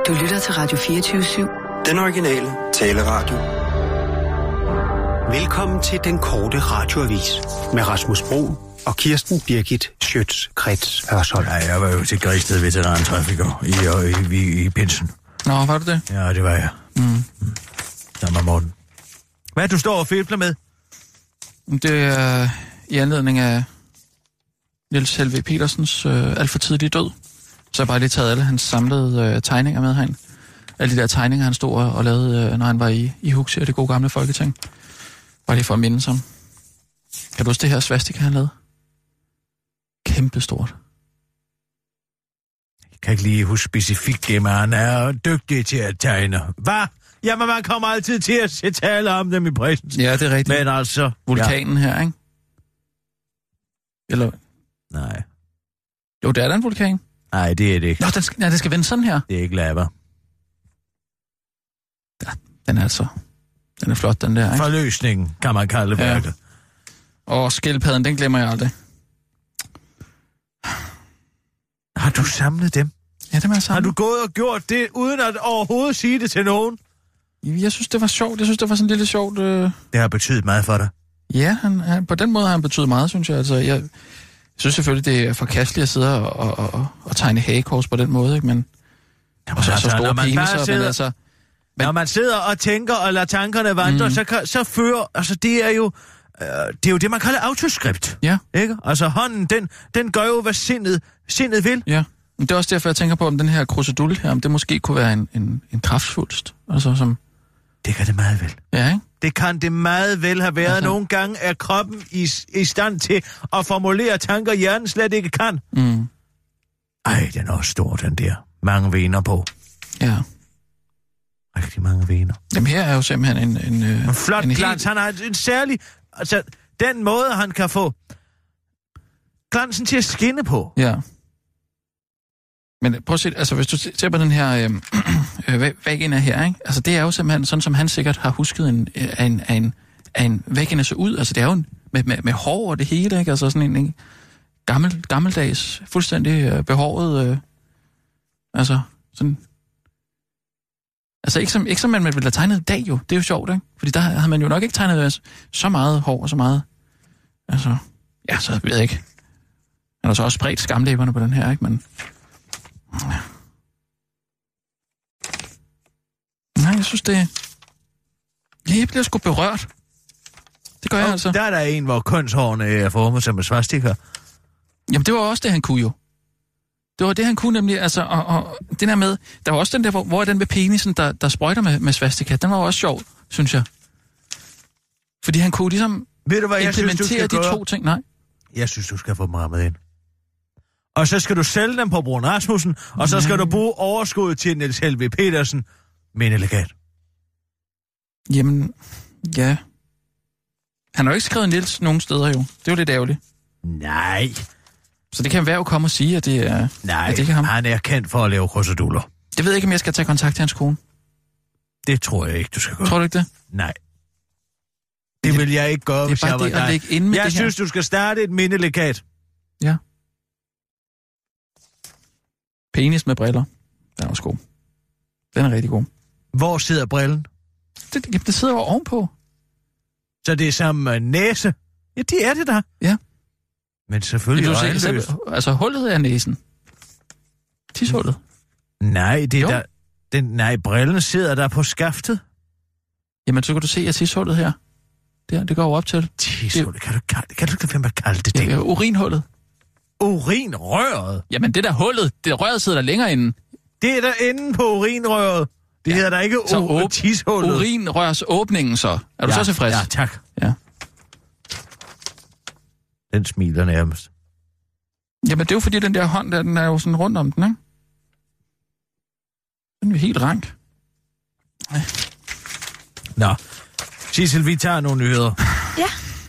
Du lytter til Radio 24/7. Den originale taleradio. Velkommen til den korte radioavis med Rasmus Bro og Kirsten Birgit Schøtz-Krets Hørsholm. Nej, jeg var jo til Græsted veterantræf i Pinsen. Nå, var du det? Ja, det var jeg. Sammen med Morten. Hvad du står og fibler med? Det er i anledning af Niels Helveg Petersens alt for tidlige død. Så har jeg bare lige taget alle hans samlede tegninger med herind. Alle de der tegninger, han stod og lavede, når han var i Huxi og det gode gamle Folketing. Bare lige for at minde om. Kan du huske det her svastika, han lavede? Kæmpestort. Jeg kan ikke lige huske specifikt det, men han er dygtig til at tegne. Hvad? Jamen, man kommer altid til at tale om dem i pressen. Ja, det er rigtigt. Men altså... Vulkanen her, ikke? Eller... Nej. Jo, det er da en vulkan. Nej, det er det ikke. Nå, det skal vende sådan her. Det er ikke lava. Ja, den er flot, den der, ikke? Forløsningen, kan man kalde værket. Ja. Og skildpadden, den glemmer jeg aldrig. Har du samlet dem? Ja, det har jeg samlet. Har du gået og gjort det, uden at overhovedet sige det til nogen? Jeg synes, det var sjovt. Jeg synes, det var sådan lidt sjovt. Det har betydet meget for dig? Ja, på den måde har han betydet meget, synes jeg. Altså, jeg synes selvfølgelig, det er forkasteligt at sidde og tegne hagekors på den måde, ikke? Men jamen, så store peniser, men altså... Når man sidder og tænker og lader tankerne vandre, så fører... Altså, det er jo det, man kalder autoskript. Ja. Ikke? Altså, hånden, den gør jo, hvad sindet vil. Ja. Men det er også derfor, jeg tænker på, om den her krusedulle her, om det måske kunne være en kraftsvulst. Altså, som... Det kan det meget vel. Ja, ikke? Det kan det meget vel have været. Altså... Nogle gange er kroppen i stand til at formulere tanker, hjernen slet ikke kan. Ej, den er også stor, den der. Mange vener på. Ja. Rigtig mange vener. Jamen her er jo simpelthen en flot glans. Han har en særlig... Altså, den måde, han kan få glansen til at skinne på. Ja. Men prøv at se, altså hvis du ser på den her væginde her, ikke? Altså det er jo simpelthen sådan, som han sikkert har husket en væginde så ud. Altså det er jo med hår og det hele, ikke? Altså sådan en gammeldags, fuldstændig behåret, altså sådan... Altså ikke som man ville have tegnet i dag jo. Det er jo sjovt, ikke? Fordi der havde man jo nok ikke tegnet så meget hår og så meget... Altså... Ja, så ved jeg ikke. Han har så også spredt skamlæberne på den her, ikke? Men... Ja. Nej, jeg synes det... Ja, jeg bliver sgu berørt. Det gør jeg altså. Der er der en, hvor kønshårene er formet som en svastika. Jamen, det var også det, han kunne jo. Det var det, han kunne nemlig, altså, og den der med, der var også den der, hvor er den med penisen, der sprøjter med svastika, den var også sjov, synes jeg. Fordi han kunne ligesom ved du hvad, implementere de to ting, nej. Jeg synes, du skal få dem rammet ind. Og så skal du sælge dem på Brun Rasmussen, og så skal du bruge overskuddet til Niels Helveg Petersen med en legat. Jamen, ja. Han har jo ikke skrevet Niels nogen steder jo. Det er jo lidt ærgerligt. Nej. Så det kan være jo komme og sige, at det er... Nej, at det ikke er ham. Han er kendt for at lave kruseduller. Det ved jeg ikke, om jeg skal tage kontakt til hans kone. Det tror jeg ikke, du skal gøre. Tror du ikke det? Nej. Det vil jeg ikke gøre, hvis jeg var dig. Jeg synes, du skal starte et mindelegat. Ja. Penis med briller. Den er også god. Den er rigtig god. Hvor sidder brillen? Det sidder jo ovenpå. Så det er som næse? Ja, det er det da. Ja. Men selvfølgelig øjenløst. Altså, hullet er næsen. Tishullet. Nej, det er der... Nej, brillen sidder der på skaftet. Jamen, så kan du se, at tishullet her. Det går jo op til. Tishullet, kan du ikke finde at kalde det? Det er urinhullet. Urinrøret? Jamen, det der hullet, det røret sidder der længere inde. Det er der inde på urinrøret. Det hedder der ikke tishullet. Urinrørsåbningen så. Er du så tilfreds? Ja, tak. Ja. Den smiler nærmest. Jamen, det er jo fordi, den der hånd der, den er jo sådan rundt om den, ikke? Den er jo helt rank. Nej. Nå. Sissel, vi tager nogle nyheder. Ja.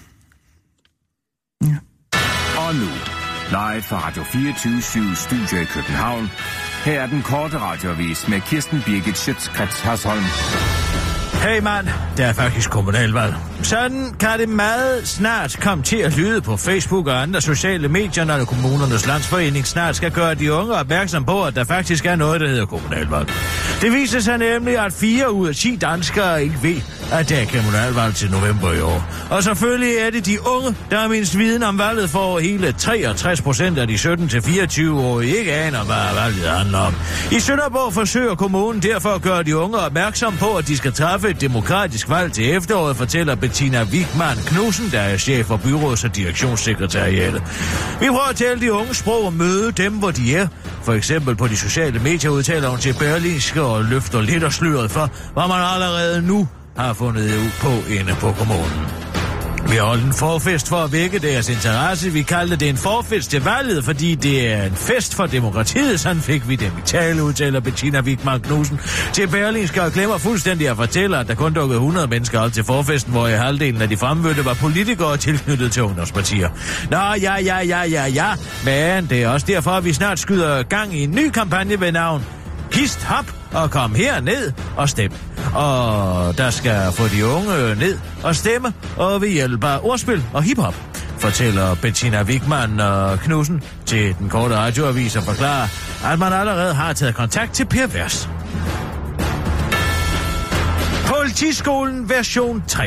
Og nu, live fra Radio 24/7 Studio i København. Her er den korte radioavis med Kirsten Birgit Schøtz-Krets Hørsholm. Hey mand, der er faktisk kommunalvalg. Sådan kan det meget snart komme til at lyde på Facebook og andre sociale medier, når kommunernes landsforening snart skal gøre de unge opmærksom på, at der faktisk er noget, der hedder kommunalvalg. Det viser sig nemlig, at 4 ud af 10 danskere ikke ved, at der er kommunalvalg til november i år. Og selvfølgelig er det de unge, der er mindst viden om valget, for hele 63% af de 17-24-årige ikke aner, hvad valget handler om. I Sønderborg forsøger kommunen derfor at gøre de unge opmærksom på, at de skal træffe et demokratisk valg til efteråret, fortæller Bettina Wigman Knudsen, der er chef for byråds- og direktionssekretariatet. Vi prøver at tale de unge sprog og møde dem, hvor de er. For eksempel på de sociale medier udtaler hun til Berlingske og løfter lidt og sløret for, hvad man allerede nu har fundet ud på inde på kommunen. Vi har holdt en forfest for at vække deres interesse. Vi kaldte det en forfest til valget, fordi det er en fest for demokratiet. Sådan fik vi dem i tale, udtaler Bettina Wigman Knudsen til Berlingske, og glemmer fuldstændig at fortælle, at der kun dukkede 100 mennesker op til forfesten, hvor i halvdelen af de fremmødte var politikere tilknyttet til ungdomspartier. Nå, ja. Men det er også derfor, at vi snart skyder gang i en ny kampagne ved navn Hist Hop og kom herned og stem. Og der skal få de unge ned og stemme, og ved hjælp af ordspil og hiphop, fortæller Bettina Wigman Knudsen til den korte radioavis og forklarer, at man allerede har taget kontakt til Per Vers. Politiskolen version 3.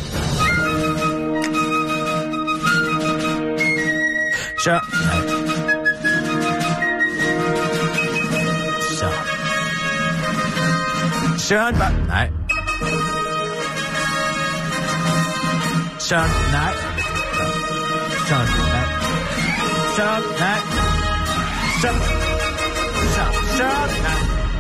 Så... Søren nej. Søren nej. Søren nej. Søren nej. Søren nej.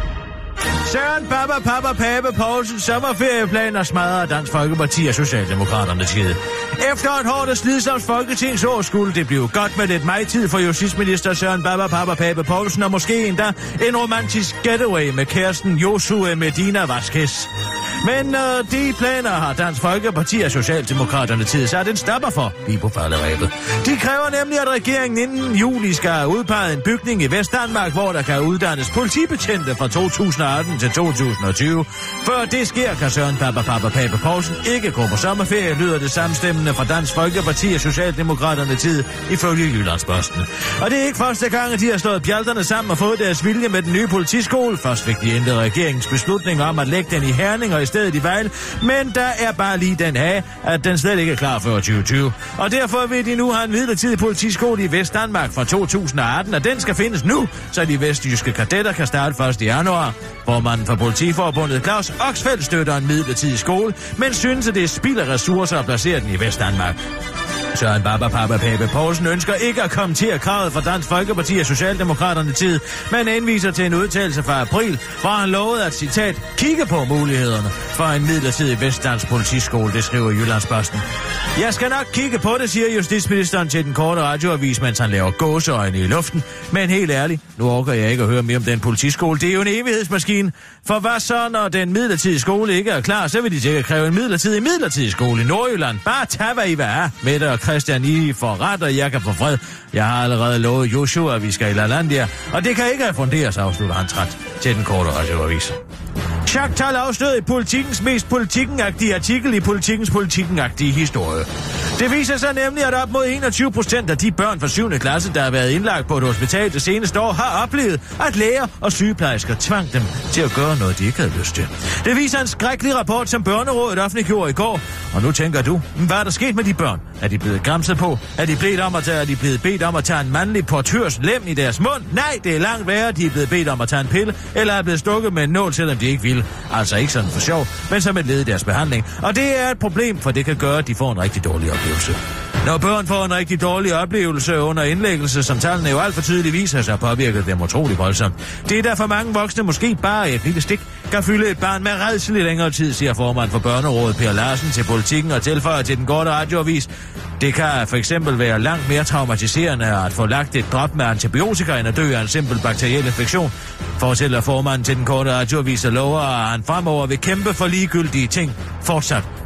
Søren Papa Pape Poulsen sommerferieplaner smadrer Dansk Folkeparti og Socialdemokraterne tid. Efter et hårdt og slidsomt folketingsår skulle det blive godt med lidt majtid for justitsminister Søren Papa Pape Poulsen, og måske endda en romantisk getaway med kæresten Joshua Medina Vasquez. Men de planer har Dansk Folkeparti og Socialdemokraterne tid sat en stopper for, lige på falderæbet. De kræver nemlig, at regeringen inden juli skal udpege en bygning i Vestdanmark, hvor der kan uddannes politibetjente fra 2018 til 2020. Før det sker, kan Søren Papa Pape Poulsen ikke gå på sommerferie, lyder det samstemmende fra Dansk Folkeparti og Socialdemokraterne tid, ifølge Jyllandsposten. Og det er ikke første gang, at de har slået bjalterne sammen og fået deres vilje med den nye politiskole. Først fik de ændret regeringens beslutning om at lægge den i Herning og i stedet i Vejle, men der er bare lige den af, at den slet ikke er klar før 2020. Og derfor vil de nu have en midlertidig politiskole i Vestdanmark fra 2018, og den skal findes nu, så de vestjyske kadetter kan starte 1. januar. Formanden for Politiforbundet Claus Oxfeldt støtter en midlertidig skole, men synes, at det er spild af ressourcer at placere den i Vestdanmark. Søren Papa Pape Poulsen ønsker ikke at komme til at kravet fra Dansk Folkeparti og Socialdemokraterne tid, men henviser til en udtalelse fra april, hvor han lovede at, citat, kigge på mulighederne for en midlertidig Vestdansk politiskole, det skriver Jyllandsposten. Jeg skal nok kigge på det, siger justitsministeren til den korte radioavis, mens han laver gåseøjne i luften. Men helt ærligt, nu orker jeg ikke at høre mere om den politiskole. Det er jo en evighedsmaskine. For hvad så, når den midlertidige skole ikke er klar, så vil de sikkert kræve en midlertidig skole i Nordjylland. Bare tag, hvad I vil have. Mette og Christian, I får ret, og jeg kan få fred. Jeg har allerede lovet Joshua, at vi skal i LaLandia, og det kan ikke refunderes, afslutter han træt til den korte radioavis. Chaktal afsløret i Politikens mest politikken-agtige artikel i Politikens politikken-agtige historie. Det viser sig nemlig, at op mod 21% af de børn fra 7. klasse, der har været indlagt på et hospital det seneste år, har oplevet, at læger og sygeplejersker tvang dem til at gøre noget, de ikke havde lyst til. Det viser en skrækkelig rapport, som Børnerådet offentliggjorde i går. Og nu tænker du, hvad er der sket med de børn? Er de blevet gramset på? Er de blevet bedt om at tage en mandlig portørs lem i deres mund? Nej, det er langt værre. De er blevet bedt om at tage en pille, eller er blevet stukket med en nål, selvom de ikke vil. Altså ikke sådan for sjov, men som et led i deres behandling. Og det er et problem, for det kan gøre, at de får en rigtig dårlig oplevelse. Når børn får en rigtig dårlig oplevelse under indlæggelse, som tallene jo alt for tydeligt viser sig, påvirker dem utrolig voldsomt. Det er derfor mange voksne måske bare et lille stik kan fylde et barn med rædsel i længere tid, siger formand for Børnerådet Per Larsen til Politikken og tilføjer til den korte radioavis. Det kan for eksempel være langt mere traumatiserende at få lagt et drop med antibiotika end at dø af en simpel bakteriel infektion, fortæller formanden til den korte radioavis og lover, at han fremover vil kæmpe for ligegyldige ting fortsat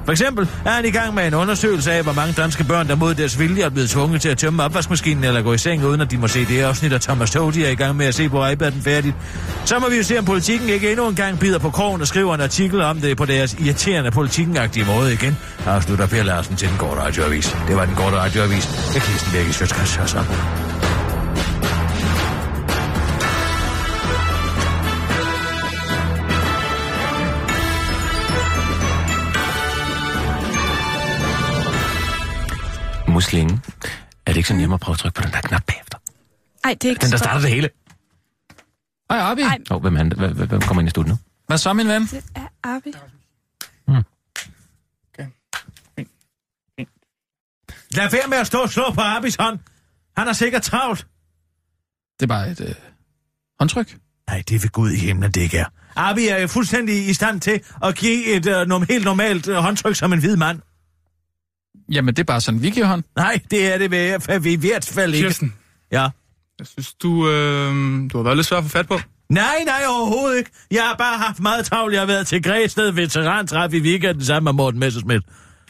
For eksempel er han i gang med en undersøgelse af, hvor mange danske børn, der mod deres vilje er blevet tvunget til at tømme opvaskemaskinen eller gå i seng, uden at de må se det afsnit af Thomas Todi er i gang med at se på iPad'en færdigt. Så må vi jo se, om Politikken ikke endnu en gang bider på krogen og skriver en artikel om det på deres irriterende Politikken-agtige måde igen. Afslutter Per Larsen til den korte radioavis. Det var den korte radioavis med Kirsten Birgit Sjøtskreds Hørsholm. Muslingen. Er det ikke så nemmere at prøve at trykke på den der knap bagefter? Nej, det er ikke den, der starter det hele. Hej, Abi. Hvem kommer ind i studiet nu? Hvad så, min ven? Det er Abi. Okay. Lad være med at stå og slå på Abis hånd. Han er sikkert travlt. Det er bare et håndtryk. Nej, det er ved Gud i himlen, det ikke er. Abi er jo fuldstændig i stand til at give et helt normalt håndtryk som en hvid mand. Jamen, det er bare sådan en vikihånd. Nej, det er det ved i hvert fald ikke. Kirsten. Ja. Jeg synes, du har været lidt svært at få fat på. Nej, overhovedet ikke. Jeg har bare haft meget travlt. Jeg har været til Græsted veterantræf i weekenden sammen med Morten Messerschmidt.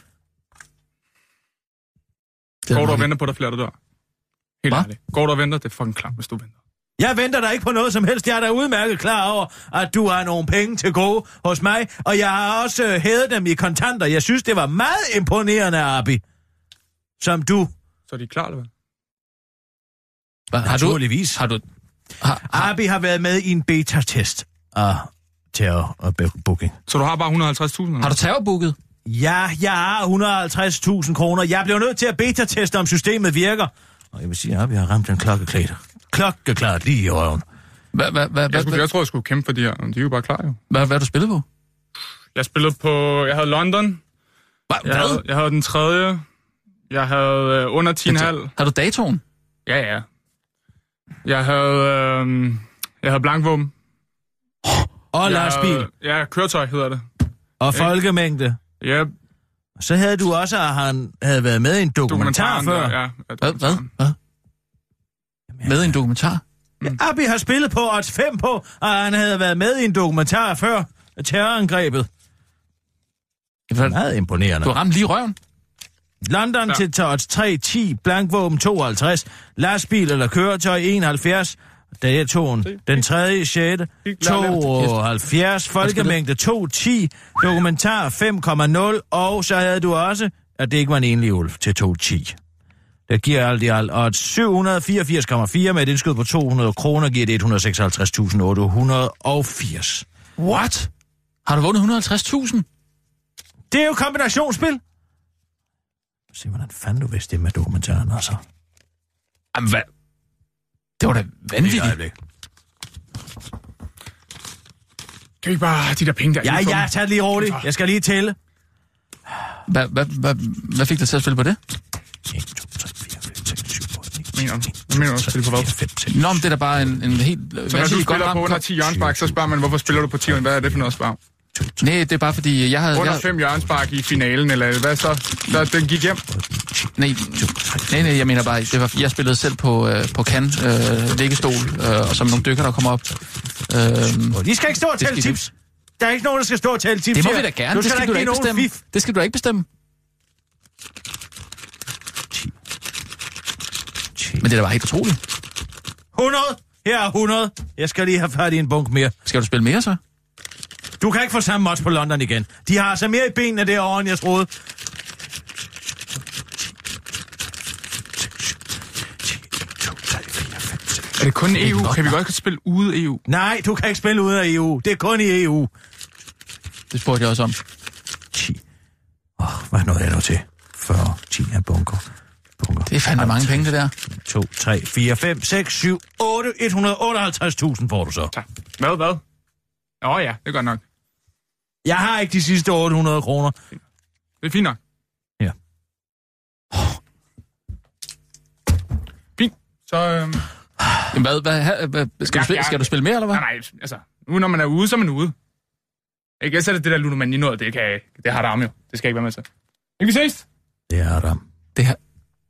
Går du og venter på, der flere der dør? Helt ærligt. Går du og venter? Det er fucking klart, hvis du venter. Jeg venter der ikke på noget som helst. Jeg er da udmærket klar over, at du har nogle penge til gode hos mig, og jeg har også hævet dem i kontanter. Jeg synes, det var meget imponerende, Abi. Som du. Så er de klar, eller hvad? Naturligvis. Abi har været med i en beta-test af terror og booking. Så du har bare 150.000? Har du terrorbooket? Ja, jeg har 150.000 kroner. Jeg blev nødt til at beta-teste, om systemet virker. Og jeg vil sige, at Abi har ramt en klokkeklart lige i røven. Jeg tror, jeg skulle kæmpe for de her. De er jo bare klar, jo. Hvad har du spillet på? Jeg havde London. Hvad? Jeg havde den tredje. Jeg havde under 10,5. Har du datoen? Ja. Jeg havde blankvåben. Og lastbil. Ja, køretøj hedder det. Og folkemængde. Ja. Så havde du også, at han havde været med i en dokumentar før. Ja. Hvad? Med i en dokumentar? Abi har spillet på odds 5 på, at han havde været med i en dokumentar før terrorangrebet. Det var meget imponerende. Du har ramt lige røven. London til odds 3, 10, blankvåben 52, lastbil eller køretøj 71, datoen den 3., 6., 72, folkemængde 210, dokumentar 5,0, og så havde du også, at det ikke var en enlig ulv til 210. Det giver alt i alt odds 784,4 med et indskud på 200 kroner, giver det 156.880. What? Har du vundet 150.000? Det er jo kombinationsspil. Se, hvordan fanden du vidste det med dokumentaren, altså. Jamen, hvad? Det var da vanvittigt. Kan vi ikke bare have de der penge der? Ja, tag det lige roligt. Jeg skal lige tælle. Hvad fik dig til at spille på det? 1, 2, 3, 4, 5, 6, 7, 8, 9, 10, Hvad mener du, spille på hvad? Nå, men det er da bare en helt... Så når du spiller på under 10 hjørnespark, så spørger man, hvorfor spiller du på 10? Hvad er det for noget at spørge? Nej, det er bare fordi, jeg havde... Under 5 hjørnespark i finalen, eller hvad så? Den gik hjem? Nej, jeg mener bare, jeg spillede selv på liggestol, og som nogle dykker, der kommer op. De skal ikke stå og tælle tips. Der er ikke nogen, der skal stå og tælle tips. Det må vi da gerne. Det skal du da ikke bestemme. Det skal du da ikke bestemme. Men det er da bare helt utroligt. 100. Her er 100. Jeg skal lige have fat i en bunk mere. Skal du spille mere så? Du kan ikke få samme odds på London igen. De har altså mere i benene derovre, end jeg troede. Er det kun EU? Kan vi godt spille ude af EU? Nej, du kan ikke spille ude af EU. Det er kun i EU. Det spurgte jeg også om. 10. Hvad nåede jeg nu til? 40. 10 er bunker. Det er fandme mange penge, det der. 2, 3, 4, 5, 6, 7, 8. 158.000 får du så. Tak. Hvad? Ja, det er godt nok. Jeg har ikke de sidste 800 kroner. Det er fint nok. Ja. Fint. Så... Skal du spille mere, eller hvad? Nej, altså... Nu når man er ude, så er man ude. Ikke? Jeg sætter det der ludomani noget, det har Adam jo. Det skal ikke være med til. Ikke vi ses? Det er Adam. Det her...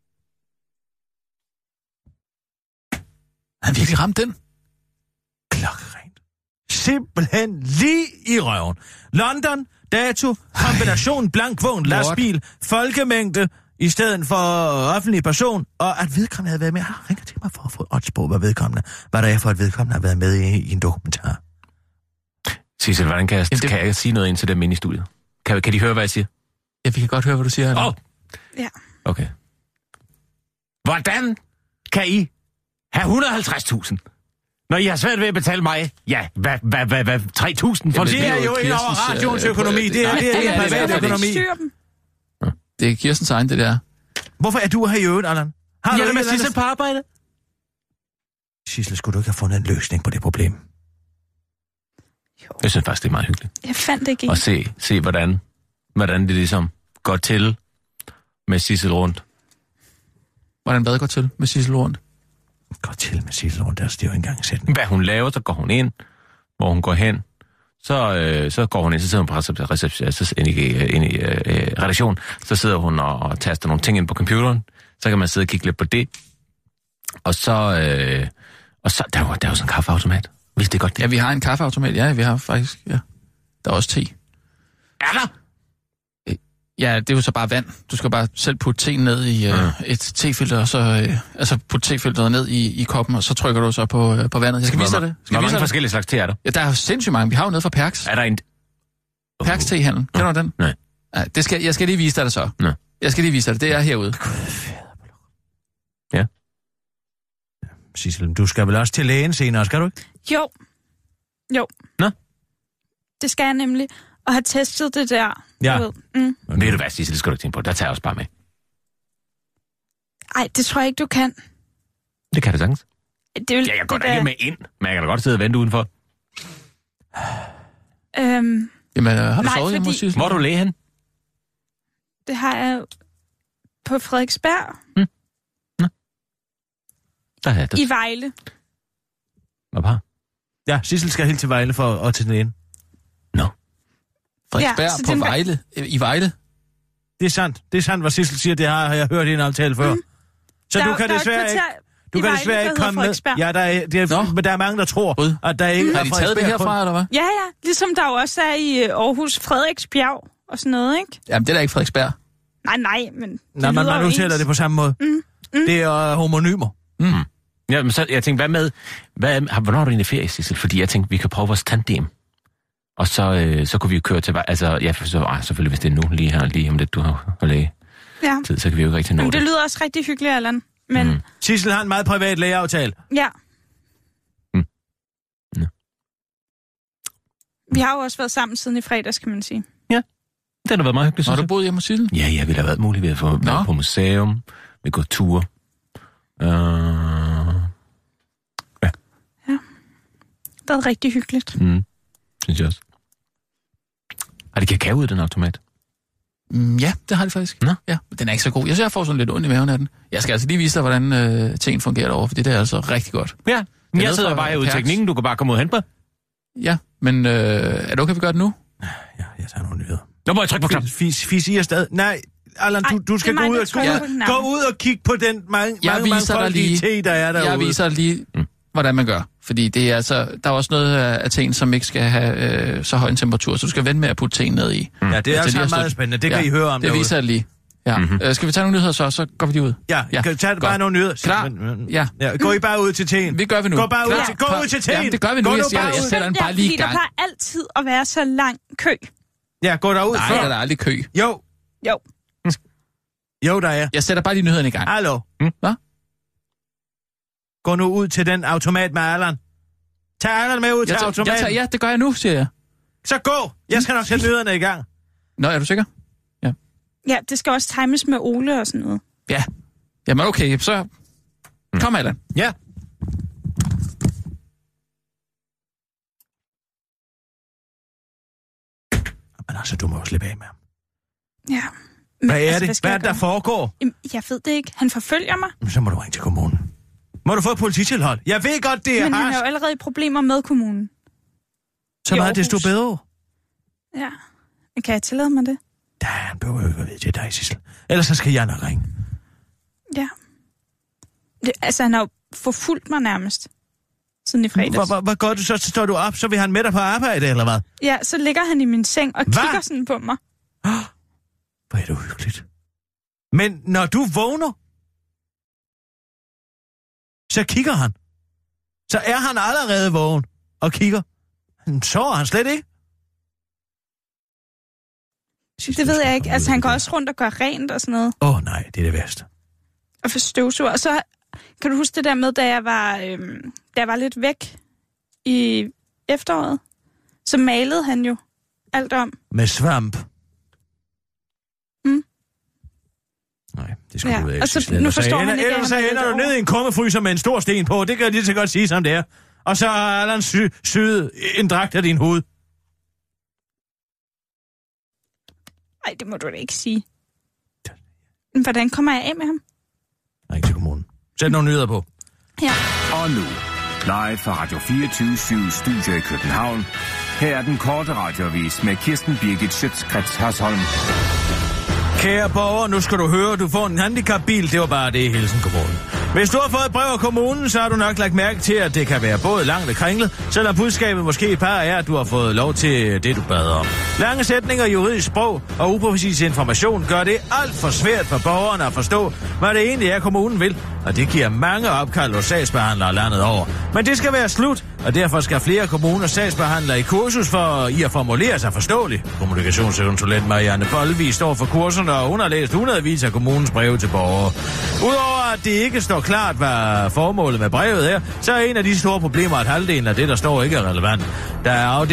Han virkelig ramt den? Klokkerent. Simpelthen lige i røven. London dato, kombination blank vogn, lastbil, folkemængde i stedet for offentlig person, og at vedkommende havde været med. Han ringer til mig for at få odds på, hvad der er for, at vedkommende har været med i en dokumentar. Sissel, hvordan kan jeg sige noget ind til dem inde i studiet? Kan de høre, hvad jeg siger? Ja, vi kan godt høre, hvad du siger. Ja. Okay. Hvordan kan I have 150.000, når I har svært ved at betale mig? Ja, hvad 3.000 for det? Det er jo ikke over radioens økonomi. Det er en privat økonomi. Det er Kirstens egen, det der. Hvorfor er du her i øvrigt, Allan? Har du det med Sissel på arbejde? Sissel, skulle du ikke have fundet en løsning på det problem? Jo. Jeg synes faktisk, det er meget hyggeligt. Jeg fandt det ikke. Og se hvordan det ligesom går til med Sissel rundt. Hvordan hvad går til med Sissel rundt? Går til med Sissel rundt, det er jo ikke engang sætning. Hvad hun laver, så går hun ind. Hvor hun går hen, så går hun ind, så sidder hun på redaktion. Så sidder hun og taster nogle ting ind på computeren. Så kan man sidde og kigge lidt på det. Og så der er jo sådan en kaffeautomat. Vidste det godt? Ja, vi har en kaffeautomat. Ja, vi har faktisk, ja. Der er også te. Er der? Ja, det er jo så bare vand. Du skal bare selv putte teen ned i et tefilter, og så putte tefilteret ned i koppen, og så trykker du så på vandet. Jeg skal vise dig det. Hvor mange forskellige slags te er der? Ja, der er sindssygt mange. Vi har jo noget fra Perks. Er der en... Perks tehandel. Kender du den? Nej. Ja, jeg skal lige vise dig det så. Nej. Jeg skal lige vise dig det. Det er herude. Ja. Sissel, du skal vel også til lægen senere, skal du ikke? Jo. Nå? Det skal jeg nemlig. Og have testet det der. Ja. Ved du hvad, Sissel, det skal du ikke tænke på. Der tager jeg også bare med. Ej, det tror jeg ikke, du kan. Det kan det sagtens. Det vil, Ja, jeg går da ikke med ind, men jeg kan da godt sidde og vente udenfor. Jamen, har du sovet hjemme hos Sissel? Hvor er du læge hen? Det har jeg på Frederiksberg. Der er det. I Vejle. Hvad bare? Ja, Sissel skal helt til Vejle for at til lægen. Nå. Frederiksberg på Vejle. I Vejle? Det er sandt, hvad Sissel siger. Det har jeg hørt i en aftale før. Så du kan desværre ikke komme med. Ja, men der er mange, der tror, at der ikke er Frederiksberg. Har de taget det herfra, eller hvad? Ja. Ligesom der jo også er i Aarhus Frederiksbjerg og sådan noget, ikke? Jamen, det er da ikke Frederiksberg. Nej, men nej, man udtaler det på samme måde. Det er homonymer. Ja, men så, jeg tænkte, hvornår er du egentlig ferie, Sissel? Fordi jeg tænkte, vi kan prøve vores tandem. Og så kunne vi jo køre til selvfølgelig, hvis det er nu, lige om lidt, du har læge. Ja. Tid, så kan vi jo ikke rigtig nå det lyder også rigtig hyggeligt, Allan. Men... Sissel har en meget privat lægeaftale. Ja. Ja. Vi har jo også været sammen siden i fredags, kan man sige. Ja, det har været meget hyggeligt. Har du boet hjemme hos Sissel? Ja, vi har været muligt ved at få på museum, vi går ture. Ja. Det er rigtig hyggeligt. Synes jeg også. Har de kakao i den automat? Ja, det har de faktisk. Nå? Ja, men den er ikke så god. Jeg synes, jeg får sådan lidt ondt i maven af den. Jeg skal altså lige vise dig, hvordan tingene fungerer derovre, for det er altså rigtig godt. Ja, men jeg sidder bare herude i teknikken. Du kan bare komme ud og hente mig. Ja, men er det okay, vi gør det nu? Ja, jeg tager nogle nyheder. Nu må jeg trykke på knap. Fis i afsted. Nej, Allan, du skal gå ud og kigge på den mange foldige te, der er derude. Jeg viser dig lige, hvordan man gør. Fordi det er altså, der er også noget af teen, som ikke skal have så høj en temperatur, så du skal vente med at putte teen ned i. Ja, det er altså meget spændende. Det kan I høre om det. Det viser jeg lige. Ja. Skal vi tage nogle nyheder så går vi lige ud? Ja, kan vi tage bare nogle nyheder? Klar? Ja. Gå I bare ud til teen. Vi gør vi nu. Gå bare ud til teen. Ja, det gør vi nu. Jeg sætter den bare lige i gang. Fordi der plejer altid at være så lang kø. Ja, gå derud. Nej, der er aldrig kø. Jo, der er. Jeg sætter bare lige nyhederne i gang. Hallo? Hvad? Gå nu ud til den automat med Allan. Tag Allan med ud til automaten. Ja, det gør jeg nu, siger jeg. Så gå. Jeg skal nok sætte nyhederne i gang. Nå, er du sikker? Ja. Ja, det skal også times med Ole og sådan noget. Ja. Jamen okay, så kom Allan. Ja. Men altså, du må jo slippe af med ham. Ja. Men, hvad er det? Hvad er det, der foregår? Jeg ved det ikke. Han forfølger mig. Så må du ringe til kommunen. Må du få et polititilhold? Jeg ved godt, det er men harsk. han er jo allerede i problemer med kommunen. Så meget desto bedre. Ja. Men kan jeg tillade mig det? Ja, han behøver jo ikke at vide til dig, Sissel. Ellers så skal jeg nok ringe. Ja. Han har jo forfulgt mig nærmest. siden i fredags. Hvad gør du så? Så står du op, så vil han med dig på arbejde, eller hvad? Ja, så ligger han i min seng og kigger sådan på mig. Hvor er det uhyggeligt. Men når du vågner, så kigger han. Så er han allerede vågen og kigger. Sover han slet ikke? Det ved jeg ikke. Altså, han går også rundt og gør rent og sådan noget. Nej, det er det værste. Og for støvsuger. Og så kan du huske det der med, da jeg var lidt væk i efteråret, så malede han jo alt om. Med svamp? Mm. Nej, det skulle du ikke. Og så nu forstår man ikke. Ellers så ender du ned i en kummefryser med en stor sten på. Det kan jeg lige så godt sige, som det er. Og så har han syet en dragt af din hoved. Nej, det må du da ikke sige. Men hvordan kommer jeg af med ham? Nej, ikke til kommunen. Sæt nogle nyheder på. Ja. Og nu, live fra Radio 24/7 Studio i København. Her er den korte radioavis med Kirsten Birgit Schøtz-Krets Hørsholm. Kære borger, nu skal du høre, du får en handicapbil. Det var bare det i Hilsen Kommune. Hvis du har fået et brev af kommunen, så har du nok lagt mærke til, at det kan være både langt og kringlet, selvom budskabet måske bare er, at du har fået lov til det, du bad om. Lange sætninger, juridisk sprog og upræcis information gør det alt for svært for borgerne at forstå, hvad det egentlig er, kommunen vil, og det giver mange opkald hos sagsbehandlere landet over. Men det skal være slut, og derfor skal flere kommuner sagsbehandlere i kursus for at formulere sig forståeligt. Kommunikationskonsulent Marianne Polvi står for kurserne, og hun har læst hundredvis af kommunens breve til borgere. Udover at det ikke står klart, hvad formålet med brevet er, så er en af de store problemer, at halvdelen af det, der står, ikke er relevant. Der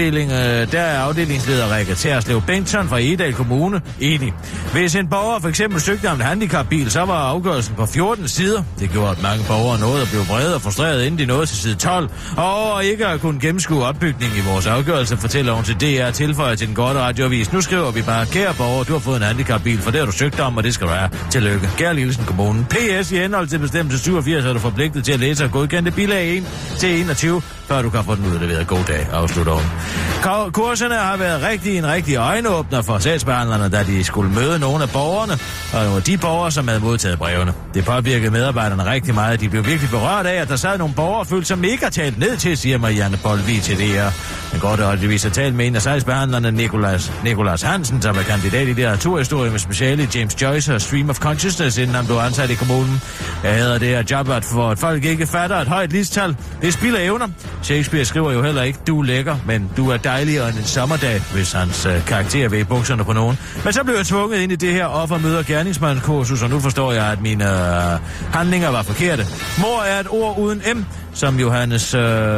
er afdelingsleder Rikke Terslev Bengtsson fra Egedal Kommune enig. Hvis en borger for eksempel søgte om en handicapbil, så var afgørelsen på 14 sider. Det gjorde, at mange borgere nåede at blive vrede og frustreret, inden de nåede til side 12. Og ikke at kunne gennemskue opbygningen i vores afgørelse, fortæller hun til DR tilføjer til den korte radioavis. Nu skriver vi bare, kære borger, du har fået en handicapbil, for det har du søgt om, og det skal du have. Tillykke. Kære Hilsen Kommunen. PS i henhold til bestemmelse 87 er du forpligtet til at læse og godkende bilag 1 til 21, før du kan få den udleveret. God dag, afslutter hun. Kurserne har været en rigtig øjenåbner for sagsbehandlerne, da de skulle møde nogle af borgerne, og nogle af de borgere, som havde modtaget brevene. Det påvirkede medarbejderne rigtig meget. De blev virkelig berørt af, at der sad nogle borgere, følte sig mega talt ned til, siger Marianne Polvi til DR. Den korte radioavis har talt med en af sagsbehandlerne, Nicolas Hansen, som er kandidat i litteraturhistorie med speciale i James Joyce og Stream of Consciousness, inden han blev ansat i kommunen. Jeg hedder det her job, at folk ikke fatter et højt ligestal. Det spilder evner. Shakespeare skriver jo heller ikke, du er lækker, men du er dejligere end en sommerdag, hvis hans karakter vil i bukserne på nogen. Men så blev jeg tvunget ind i det her offermøder gerningsmandskursus, og nu forstår jeg, at mine handlinger var forkerte. Mor er et ord uden M, som Johannes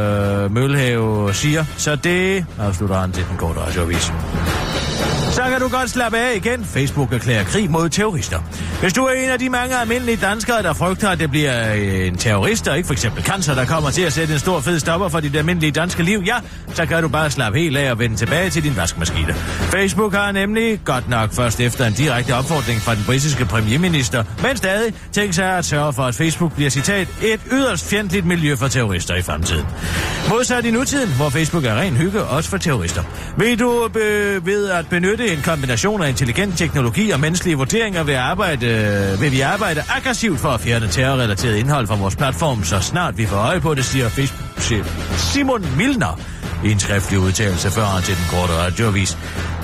Mølhave siger. Så det afslutter han til den korte radioavis. Så kan du godt slappe af igen. Facebook erklærer krig mod terrorister. Hvis du er en af de mange almindelige danskere, der frygter, at det bliver en terrorist, og ikke for eksempel cancer, der kommer til at sætte en stor fed stopper for dit almindelige danske liv, ja, så kan du bare slappe helt af og vende tilbage til din vaskemaskine. Facebook har nemlig, godt nok først efter en direkte opfordring fra den britiske premierminister, men stadig tænkt sig at sørge for, at Facebook bliver, citat, et yderst fjendtligt miljø for terrorister i fremtiden. Modsat i nutiden, hvor Facebook er ren hygge også for terrorister. Ved at benytte en kombination af intelligent teknologi og menneskelige vurderinger vil vi arbejde aggressivt for at fjerne terrorrelateret indhold fra vores platform, så snart vi får øje på det, siger Facebook-chef Simon Milner i en skriftlig udtalelse før til den korte radioavis.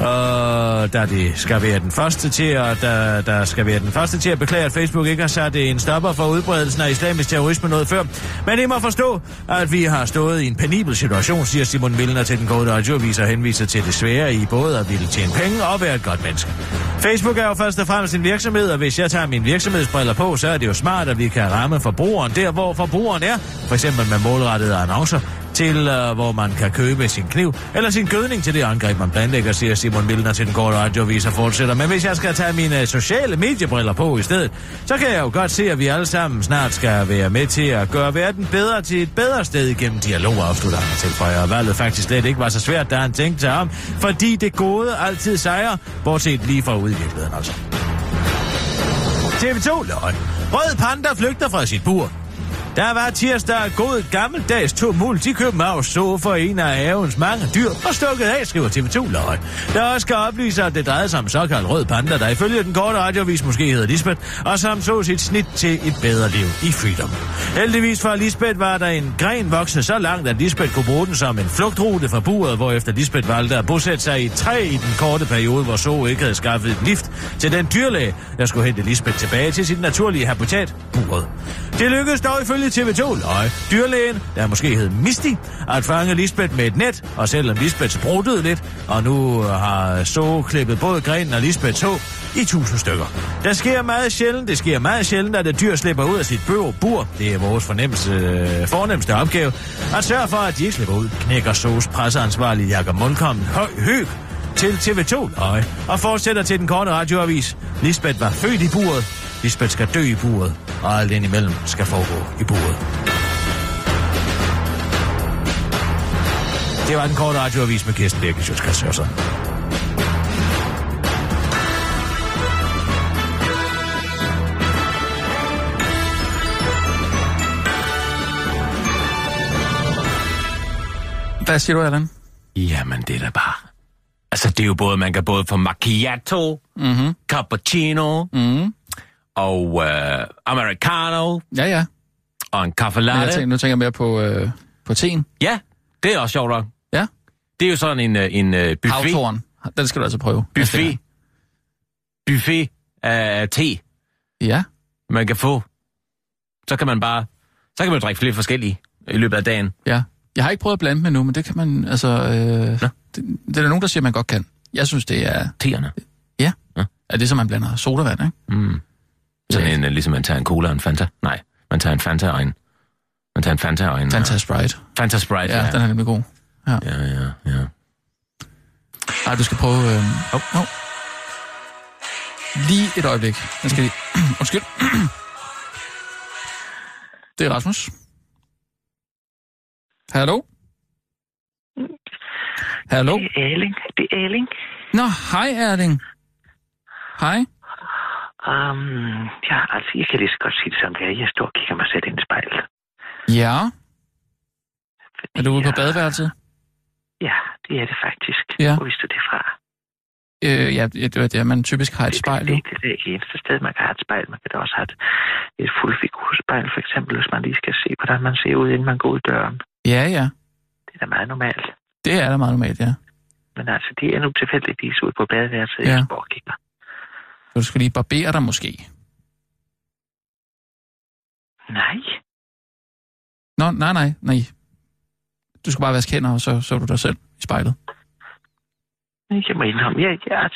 Da det skal være den første til at beklage, at Facebook ikke har sat en stopper for udbredelsen af islamisk terrorisme noget før. Men I må forstå, at vi har stået i en penibel situation, siger Simon Milner til den korte radioavis og henviser til det svære i både at ville tjene penge og være et godt menneske. Facebook er jo først og fremmest en virksomhed, og hvis jeg tager mine virksomhedsbriller på, så er det jo smart, at vi kan ramme forbrugeren der, hvor forbrugeren er, for eksempel med målrettede annoncer, til hvor man kan købe sin kniv eller sin gødning til det angreb, man planlægger, siger Simon Milner til den korte radioavis og fortsætter. Men hvis jeg skal tage mine sociale mediebriller på i stedet, så kan jeg jo godt se, at vi alle sammen snart skal være med til at gøre verden bedre til et bedre sted igennem dialog, afslutter han til, for valget faktisk slet ikke var så svært, da han tænkte sig om, fordi det gode altid sejrer, bortset lige fra udvirkeligheden altså. TV2 løgn. Rød panda flygter fra sit bur. Der var tirsdag god gammeldags tumult i Københavns Zoo for en af havens mange dyr og stukket af, skriver TV2-løg. Der også skal oplyse, at det drejede sig om såkaldt rød panda, der ifølge den korte radiovis måske hedder Lisbeth, og som så sit snit til et bedre liv i Freedom. Heldigvis for Lisbeth var der en gren vokset så langt, at Lisbeth kunne bruge den som en flugtrute fra buret, hvorefter Lisbeth valgte at bosætte sig i et træ i den korte periode, hvor Zoo ikke havde skaffet et lift til den dyrlæge, der skulle hente Lisbeth tilbage til sit naturlige habitat, buret. Det lykkedes dog ifølge TV2-løg. Dyrlægen, der måske hed Misty, at fange Lisbeth med et net, og selvom Lisbeth spruttede lidt, og nu har Zoo klippet både grenen og Lisbeths hår i 1000 stykker. Det sker meget sjældent, at et dyr slipper ud af sit bur. Det er vores fornemmeste opgave at sørge for, at de ikke slipper ud, knækker Zoos presseansvarlige Jakob Mundkommen Høg til TV2-løg og fortsætter til den korte radioavis. Lisbeth var født i buret. Lisbeth skal dø i buret, og alt indimellem skal foregå i buret. Det var den korte radioavis med Kirsten Birgit Schøtz-Krets Hørsholm. Hvad siger du, Allan? Jamen, det er da bare... Altså, det er jo både, man kan både få macchiato, cappuccino, og americano. Ja. Og en kaffe latte. Nu tænker jeg mere på teen. Ja, det er også sjovt nok. Ja. Det er jo sådan en buffet. Havtorn. Den skal du altså prøve. Buffet af te. Ja. Man kan få. Så kan man drikke flere forskellige i løbet af dagen. Ja. Jeg har ikke prøvet at blande med nu, men det kan man, altså... det er der nogen, der siger, man godt kan. Jeg synes, det er... Teerne? Ja. Er det, som man blander sodavand, ikke? Mm. Sådan en, ligesom man tager en cola og en Fanta. Nej, man tager en Fanta og en... Fanta Sprite. Fanta Sprite, ja. Den er nemlig god. Ja. Ej, du skal prøve... Lige et øjeblik. Den skal lige... Undskyld. Det er Rasmus. Hallo? Hallo? Det er Erling. Nå, hej Erling. Hej. Ja, altså, jeg kan lige så godt sige det som det er. Jeg står og kigger mig selv ind i spejlet. Ja. Fordi er du ude på badeværelset? Ja, det er det faktisk. Ja. Hvor vidste du det fra? Det er det, man typisk har et spejl. Det er det eneste sted, man kan have et spejl. Man kan da også have et fuldfigurspejl, for eksempel, hvis man lige skal se, hvordan man ser ud, inden man går ud døren. Ja. Det er da meget normalt. Det er da meget normalt, ja. Men altså, det er nu tilfældigvis ude på badeværelset, ja. Jeg står og kigger. Så du skal lige barbere dig måske? Nej. Nå, nej. Du skal bare vaske hænder, og så du dig selv i spejlet. Jeg må indrømme, jeg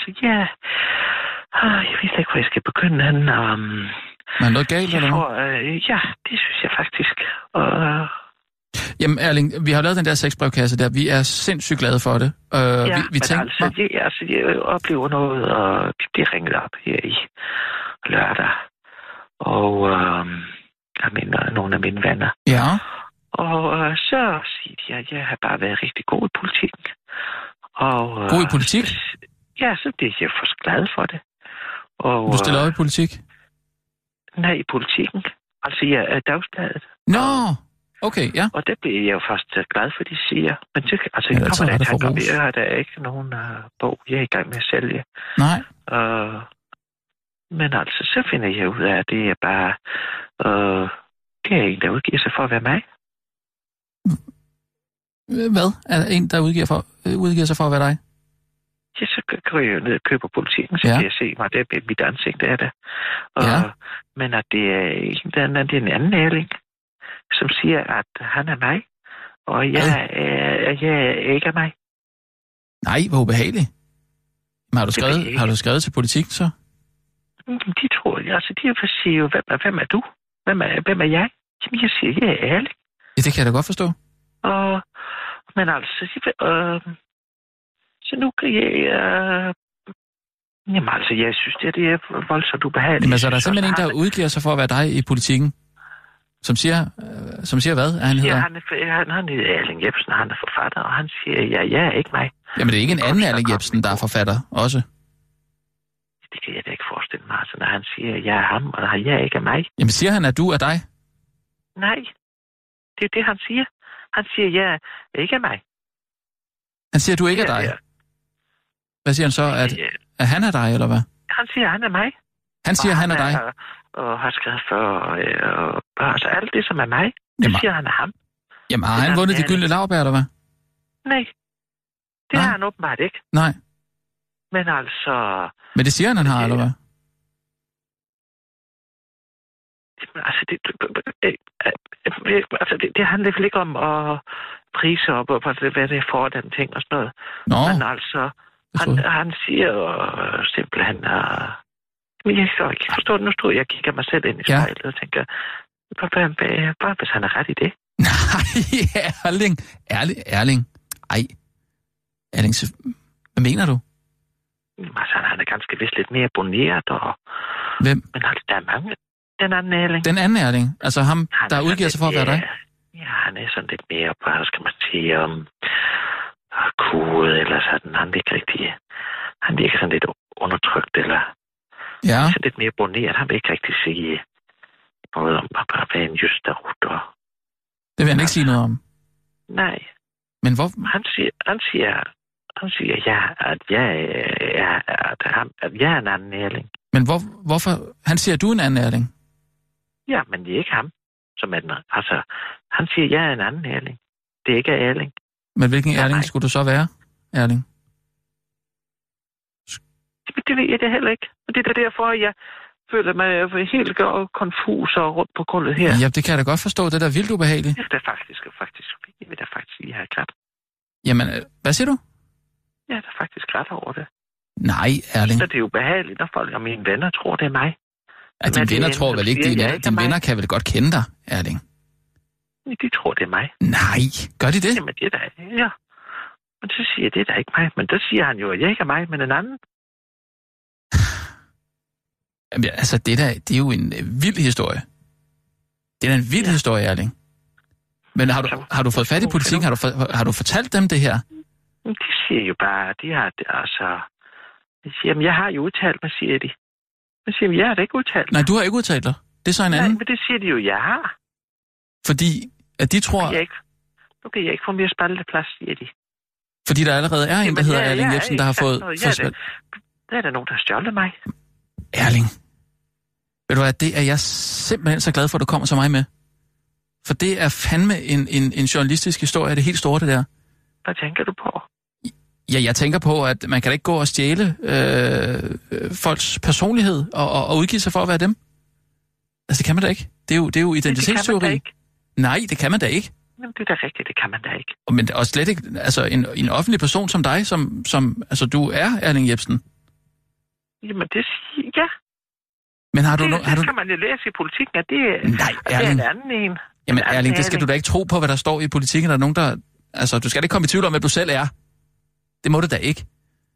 ved ikke, hvor jeg skal begynde henne. Men er noget galt, eller hvad? Ja, det synes jeg faktisk. Jamen, Erling, vi har lavet den der sexbrevkasse der. Vi er sindssygt glade for det. Vi tænker... jeg oplever noget, og det bliver ringet op her i lørdag. Og nogle af mine venner. Ja. Og så siger de, at jeg har bare været rigtig god i politikken. God i politik? Ja, så bliver jeg for glad for det. Og, du stiller op i politik? Nej, i politikken. Altså, jeg er dagsbladet. Nå, okay, ja. Og det bliver jeg jo først glad for, de siger. Men det, altså, jeg har da ikke nogen bog, jeg er i gang med at sælge. Nej. Men altså, så finder jeg ud af, at det er bare... det er en, der udgiver sig for at være mig. Hvad? Er der en, der udgiver sig for at være dig? Ja, så går jeg jo ned og køber politikken, så kan jeg se mig. Det er mit ansigt, det er det. Men at det er en anden Erling, som siger, at han er mig, og jeg er ikke mig. Nej, hvor ubehageligt. Men har du skrevet til politik, så? De tror, altså de vil sige jo, hvem er du? Hvem er jeg? Jamen, jeg siger, jeg er Erling. Ja, det kan jeg da godt forstå. Men altså, så nu kan jeg... Jamen altså, jeg synes, det er voldsomt ubehageligt. Jamen altså, der er simpelthen en, der udgiver sig for at være dig i politikken, som siger hvad? Han hedder? Han hedder Erling Jepsen, og han er forfatter, og han siger, jeg er ikke mig. Jamen det er ikke en anden Erling Jepsen, der er forfatter også? Det kan jeg da ikke forestille mig. Altså, når han siger, jeg er ham, og jeg er ikke mig. Jamen siger han, at du er dig? Nej. Det er det, han siger. Han siger, ja, ikke af mig. Han siger, du ikke er dig? Ja. Hvad siger han så? At han er dig, eller hvad? Han siger, han er mig. Han siger, han er dig? Og har skrevet for... altså alt det, som er mig, det siger han er ham. Jamen, har han vundet de gyldne laurbær, eller hvad? Nej. Det har han åbenbart ikke. Nej. Men altså... Men det siger han har, eller hvad? Altså, det handler vel ikke om at prise op og hvad det er for den ting og sådan noget. Nå. Men altså, han siger simpelthen... Men jeg kan ikke forstå det. Nu står jeg og kigger mig selv ind i spejlet og tænker, bare hvis han er ret i det. Nej, Erling. Ej. Erling, hvad mener du? Altså, han er ganske vist lidt mere boneret og... Hvem? Men altså, der er mange... Den anden Erling. Den anden Erling? Altså ham, der udgiver sig for at være dig? Ja, han er sådan lidt mere på, hvad skal man sige, kode, eller sådan. Han virker sådan lidt undertrykt, eller... Ja. Sådan lidt mere boneret. Han vil ikke rigtig sige noget om, hvad en justerut og... Det vil han ikke sige noget om? Nej. Men hvor... Han siger ja, at jeg er en anden Erling. Men hvorfor... Han siger, at du er en anden Erling? Ja, men det er ikke ham, som er den. Altså, han siger, at jeg er en anden Erling. Det er ikke Erling. Men hvilken Erling skulle du så være, Erling? Det ved jeg det heller ikke. Og det er derfor, jeg føler mig helt konfus og rundt på gulvet her. Ja, det kan jeg da godt forstå. Det er da vildt ubehageligt. Det er faktisk. Jeg vil da faktisk sige, at jeg er glat. Jamen, hvad siger du? Jeg er da faktisk glat over det. Nej, Erling. Så det er jo behageligt, når folk og mine venner tror, det er mig. Ja, dine venner tror vel ikke, dine venner kan vel godt kende dig, Erling? De tror, det er mig. Nej, gør de det? Jamen, det er da, ja. Men så siger jeg, det er da ikke mig. Men der siger han jo, at jeg ikke er mig, men en anden. Jamen, altså, det er jo en vild historie. Det er en vild historie, Erling. Men har du fået fat i politikken? Har du fortalt dem det her? De siger jo bare, de siger, jamen, jeg har jo udtalt mig, siger de. Men siger, jeg har da ikke udtalt. Nej, du har ikke udtalt dig. Det er så en anden. Nej, men det siger de jo, jeg har. Fordi, at de tror... Nu kan jeg ikke få mere spalteplads, siger de. Fordi der allerede er en, der hedder Erling Jepsen, der har fået... Der er der nogen, der har stjålet mig. Erling. Ved du hvad, det er jeg simpelthen så glad for, at du kommer til mig med. For det er fandme en journalistisk historie, det er helt store, det der. Hvad tænker du på? Ja, jeg tænker på, at man kan da ikke gå og stjæle folks personlighed og udgive sig for at være dem. Altså, det kan man da ikke. Det er jo identitetsteori. Nej, det kan man da ikke. Jamen, det er da rigtigt, det kan man da ikke. Men også slet ikke, altså en offentlig person som dig, som altså du er Erling Jepsen. Jamen, det siger ja. Men har du det kan man jo læse i politikken, at det er en anden en. Jamen, Erling, det skal du da ikke tro på, hvad der står i politikken. Der er nogen, der... Altså, du skal ikke komme i tvivl om, hvad du selv er. Det må du da ikke.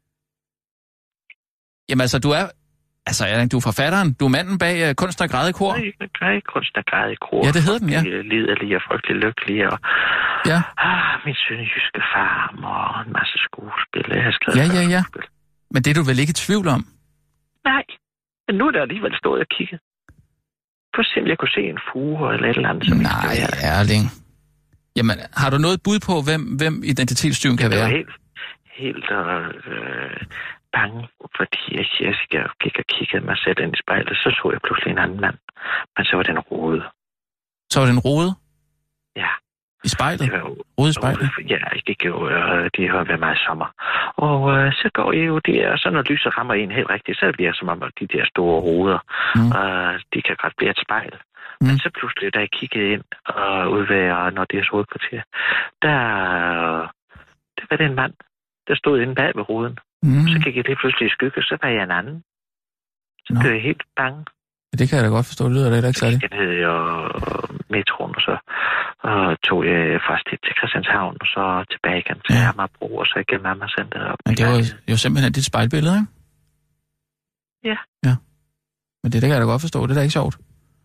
Jamen, altså, du er... Altså, Erling, du er forfatteren. Du er manden bag Kunst og Græde i Kor. Nej, Kunst og Græde i Kor. Ja, det hedder den, ja. Liderlig og frygtelig lykkelig. Og, ja. Min sønderjyske farm og en masse skuespil. Jeg har skrevet ja. Men det er du vel ikke i tvivl om? Nej. Men nu er der alligevel stået og kigget. For simpelthen, jeg kunne se en fuge eller et eller andet. Nej, Erling. Jamen, har du noget bud på, hvem identitetstyven kan være? Jeg er helt bange, fordi jeg gik og kiggede mig selv ind i spejlet. Så jeg pludselig en anden mand. Men så var det en rode. Så var det en rode? Ja. I spejlet? Rode i spejlet? Ja, jeg gik jo, det har været meget sommer. Og så går jeg jo der, og så når lyset rammer en helt rigtigt, så bliver det som om, at de der store roder, de kan godt blive et spejl. Men så pludselig, da jeg kiggede ind og udværer, når det er hovedkvarter, der var det en mand, der stod inde bag ved roden. Så gik jeg lige pludselig i skygge, så var jeg en anden. Så blev jeg helt bange. Det kan jeg da godt forstå, det lyder da ikke særligt. Jeg hed jo metroen, og så tog jeg først til Christianshavn, og så tilbage igen til Amagerbro, og så igennem Amagercenteret. Men det var jo simpelthen dit spejlbillede, ikke? Ja. Ja. Men det kan jeg da godt forstå, det er da ikke sjovt.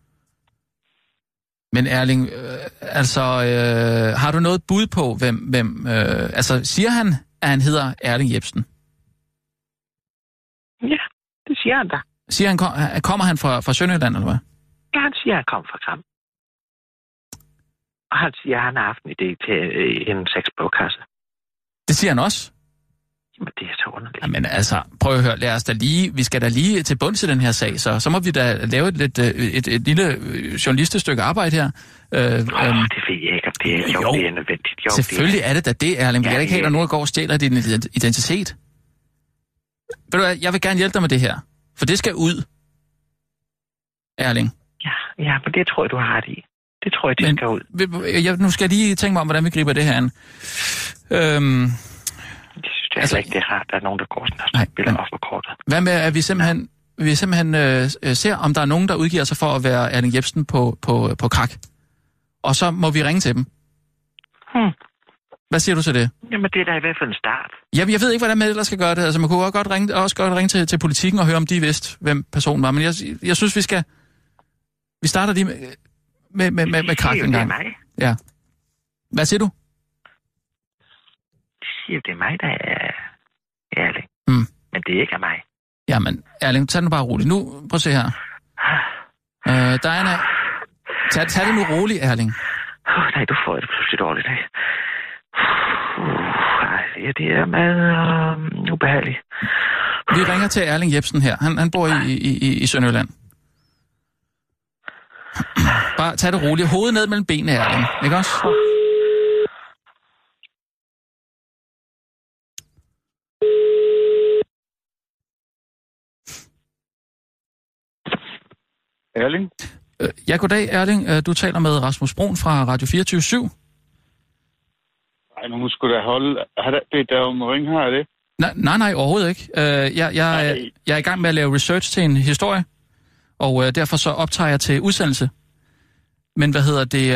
Men Erling, har du noget bud på, hvem siger han, at han hedder Erling Jepsen? Ja, det siger han da. Siger han, kommer han fra Sønderjylland, eller hvad? Ja, han siger, at han kommer fra Gram. Og han siger, at han har haft en idé til en sexbogkasse. Det siger han også? Jamen, det er så underligt. Jamen altså, prøv at høre, vi skal da lige til bunds i den her sag, så må vi da lave et lille journalistisk stykke arbejde her. Det ved jeg ikke, om det er, jo, det er nødvendigt. Jo, selvfølgelig er det da det, Erling. Vi kan ikke have, når nogen går og stjæler din identitet. Ved du hvad, jeg vil gerne hjælpe dig med det her, for det skal ud, Erling. Ja, men det tror jeg, du har ret i. Det tror jeg, det skal ud. Nu skal jeg lige tænke mig om, hvordan vi griber det her an. Det synes jeg altså ikke, det er rart, der er nogen, der går sådan og spiller op på kortet. Hvad med, at vi simpelthen ser, om der er nogen, der udgiver sig for at være Erling Jepsen på krak. Og så må vi ringe til dem. Hvad siger du til det? Jamen, det er da i hvert fald en start. Jamen, jeg ved ikke, hvordan man ellers skal gøre det. Altså, man kunne også godt ringe til politikken og høre, om de vidste, hvem personen var. Men jeg synes, vi starter lige med krak en gang. Det er mig. Ja. Hvad siger du? Det er mig, der er Erling. Men det er ikke af mig. Jamen, Erling, tag det nu bare roligt. Nu, prøv at se her. Diana, tag det nu roligt, Erling. Nej, du får det pludselig dårligt af. Det er meget ubehageligt. Vi ringer til Erling Jepsen her. Han bor i Sønderjylland. Bare tag det roligt. Hovedet ned mellem benene, Erling. Ikke også? Erling? Ja, goddag, Erling. Du taler med Rasmus Broen fra Radio 24/7. Nej, nu skulle da holde. Har der bedt dig om at ringe her, er det? Nej, overhovedet ikke. Jeg er i gang med at lave research til en historie, og derfor så optager jeg til udsendelse. Men hvad hedder det?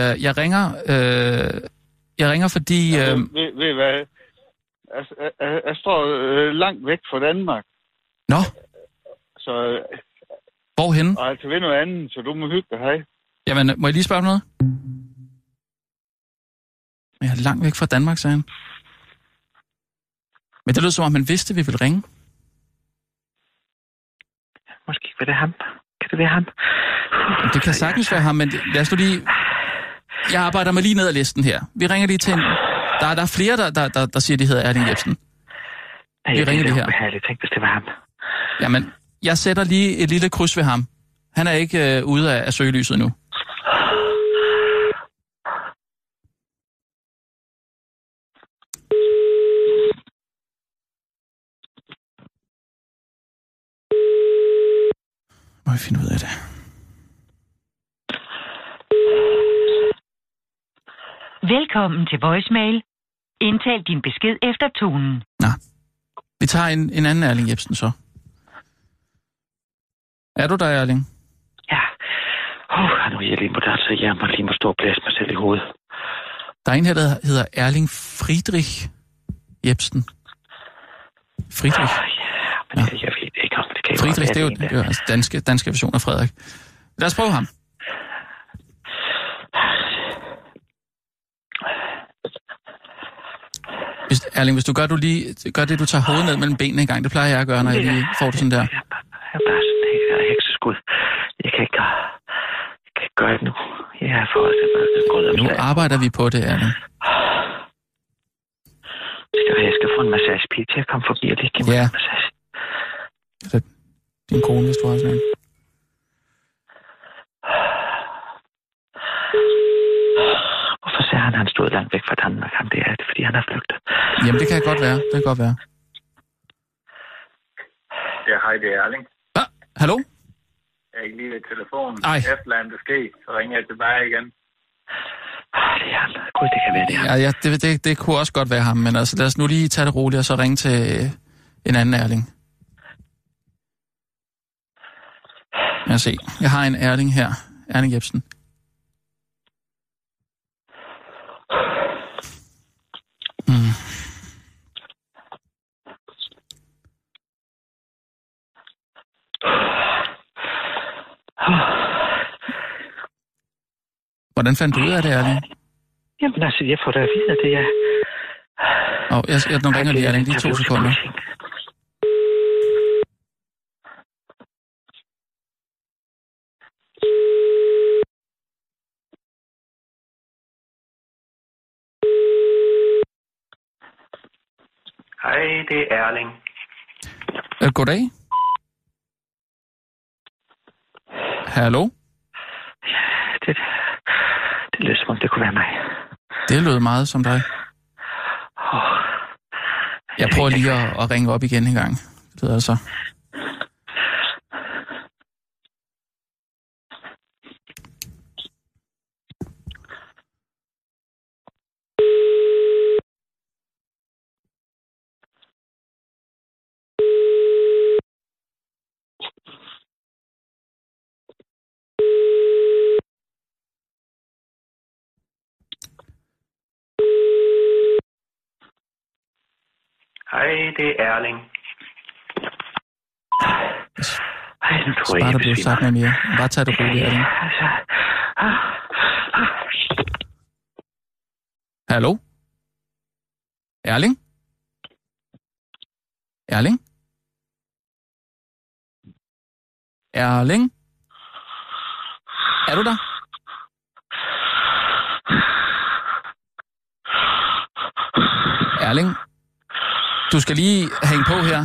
Jeg ringer, fordi... Ved hvad? Jeg står langt væk fra Danmark. Nå? Så... Hvorhenne? Og altså ved noget andet, så du må hygge dig, hej. Jamen, må jeg lige spørge om noget? Jeg er langt væk fra Danmark, sagde han. Men det lød som om, man vidste, at vi ville ringe. Måske var det ham. Kan det være ham? Det kan sagtens være ham, men lad os nu lige... Jeg arbejder mig lige ned ad listen her. Vi ringer lige til en... Der er flere, der siger, de hedder Erling Jepsen. Vi ringer lige her. Tænk, hvis det var ham. Jamen, jeg sætter lige et lille kryds ved ham. Han er ikke ude af søgelyset nu. Må jeg finde ud af det? Velkommen til voicemail. Indtal din besked efter tonen. Nå. Vi tager en anden Erling Jepsen så. Er du der, Erling? Ja. Nu er jeg lige på der, så jeg må lige stå og blæse mig selv i hovedet. Der er en her, der hedder Erling Friedrich Jepsen. Friedrich? Men jeg ved ikke, om det kan Friedrich, det er jo altså danske version af Frederik. Lad os prøve ham. Erling, hvis du gør det, du tager hovedet ned mellem benene en gang. Det plejer jeg at gøre, når jeg lige får det sådan der. Jeg er bare sådan en hekseskud. Jeg kan ikke gøre det nu. Jeg har fået det. Nu arbejder vi på det, Erling. Jeg skal få en massagepige til at komme forbi og lige give mig en massage. Det er din kone, hvis du har sådan en. Hvorfor ser han stod langt væk fra Danmark? Det er det, fordi han er flygtet. Jamen, det kan godt være. Det kan godt være. Ja, hej, det er Erling. Hvad? Hallo? Jeg er ikke lige ved telefonen. Ej. Efter det sker, så ringer jeg tilbage igen. Det er han. Gud, det kan være det. Ja, det kunne også godt være ham, men altså lad os nu lige tage det roligt og så ringe til en anden Erling. Lad os se. Jeg har en Erling her. Erling Jepsen. Hvordan fandt du ud af det, Erling? Jamen altså, jeg får da at vide, at det er... Jeg ringer lige, Erling, lige 2 sekunder. Hej, det er Erling. Goddag. Hallo? Det lød som om, det kunne være mig. Det lød meget som dig. Jeg prøver lige at ringe op igen en gang. Det er altså. Hej, det er Erling. Ej, nu tror jeg, der bliver sagt noget mere. Bare tag det roligt, Erling. Hallo? Erling? Erling? Erling? Er du der? Erling? Du skal lige hænge på her.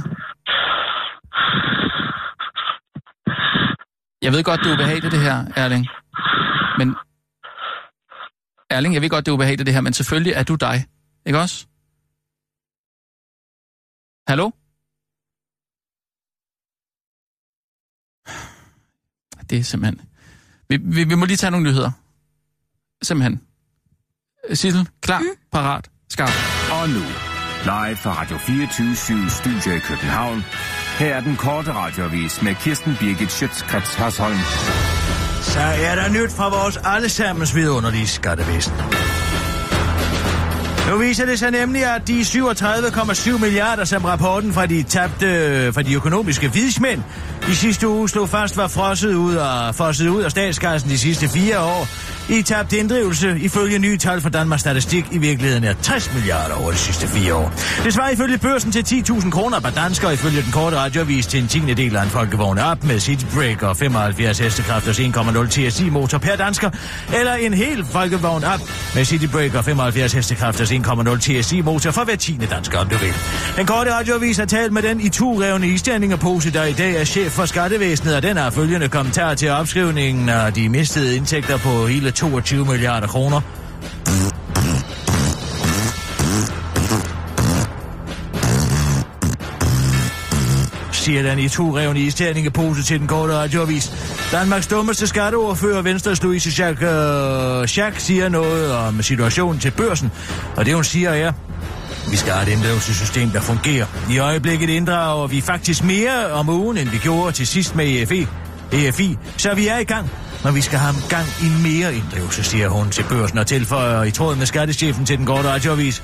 Jeg ved godt, det er ubehageligt det her, Erling. Men Erling, jeg ved godt, det er ubehageligt det her, men selvfølgelig er du dig. Ikke også? Hallo? Det er simpelthen... Vi må lige tage nogle nyheder. Simpelthen. Sissel, klar, parat, skarp. Og nu, live fra Radio 24/7 Studio i København. Her er den korte radioavis med Kirsten Birgit Schøtz-Krets Hørsholm. Så er der nyt fra vores allesammens vidunderlige skattevæsen. Nu viser det sig nemlig, at de 37,7 milliarder, som rapporten fra de økonomiske vismænd i sidste uge slog fast, var fosset ud af statskassen de sidste 4 år, i tabt inddrivelse ifølge nye tal fra Danmarks Statistik i virkeligheden er 60 milliarder over de sidste 4 år. Det svarer ifølge børsen til 10.000 kroner per dansker, ifølge den korte radioavis til en 10. del af en folkevogn op med Citybreak og 75 hestekræfters 1,0 TSI-motor per dansker, eller en hel folkevogn op med Citybreak og 75 hestekræfters 1,0 TSI-motor for hver 10. dansker, om du vil. Den korte radioavis har talt med den iturevne isstjerningepose, der i dag er chef for skattevæsenet, og den har følgende kommentar til opskrivningen af de mistede indtægter på hele 22 milliarder kroner. Siger den iturevne isstjerningepose til den korte radioavis. Danmarks dummeste skatteordfører, Venstres Louise Schack, siger noget om situationen til børsen, og det hun siger er: vi skal have et inddrivelsessystem, der fungerer. I øjeblikket inddrager vi faktisk mere om ugen, end vi gjorde til sidst med EFI, så vi er i gang. Men vi skal have gang i mere inddrivelse, siger hun til børsen og tilføjer i tråd med skattechefen til den korte radioavis.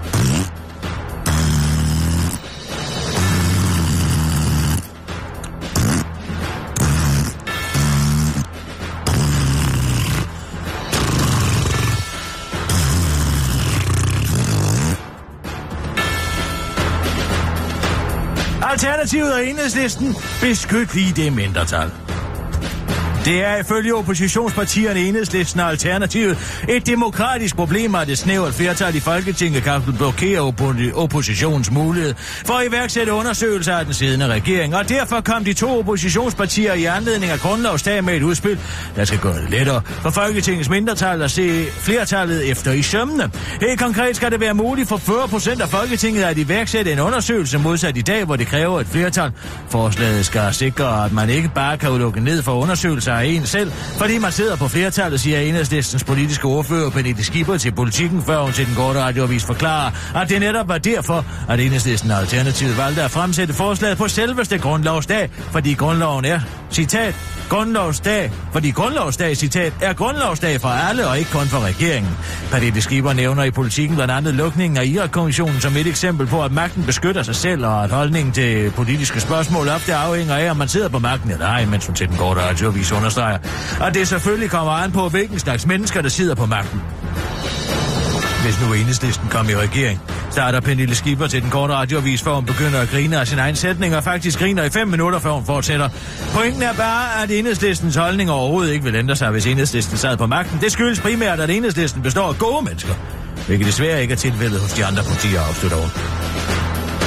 Alternativet og Enhedslisten beskyt lige det mindretal. Det er ifølge oppositionspartierne Enhedslisten og Alternativet et demokratisk problem, at et snævert flertal i Folketinget kan blokere oppositionens mulighed for at iværksætte undersøgelser af den siddende regering. Og derfor kom de 2 oppositionspartier i anledning af grundlovsdag med et udspil, der skal gøre det lettere for Folketingets mindretal at se flertallet efter i sømmene. Helt konkret skal det være muligt for 40% af Folketinget at iværksætte en undersøgelse modsat i dag, hvor det kræver et flertal. Forslaget skal sikre, at man ikke bare kan lukke ned for undersøgelser af en selv, fordi man sidder på flertallet, siger Enhedslistens politiske ordfører Pernille Skipper til Politikken, før hun til den korte radioavis forklarer, at det netop var derfor, at Enhedslisten og Alternativet valgte at fremsætte forslaget på selveste grundlovsdag, fordi grundloven er, citat, grundlovsdag, fordi grundlovsdag, citat, er grundlovsdag for alle og ikke kun for regeringen. Pernille Skipper nævner i Politikken blandt andet lukningen af Irak-kommissionen som et eksempel på, at magten beskytter sig selv, og at holdningen til politiske spørgsmål ofte afhænger af, om man sidder på magten eller ej, mens hun til den korte radioavis understreger, at det selvfølgelig kommer an på, hvilken slags mennesker, der sidder på magten. Hvis nu Enhedslisten kom i regering, starter Pernille Skipper til den korte radioavis, før hun begynder at grine af sin egen sætning, og faktisk griner i 5 minutter, før hun fortsætter. Pointen er bare, at Enhedslistens holdning overhovedet ikke vil ændre sig, hvis Enhedslisten sad på magten. Det skyldes primært, at Enhedslisten består af gode mennesker, hvilket desværre ikke er tilfældet hos de andre partier, afslutter hun.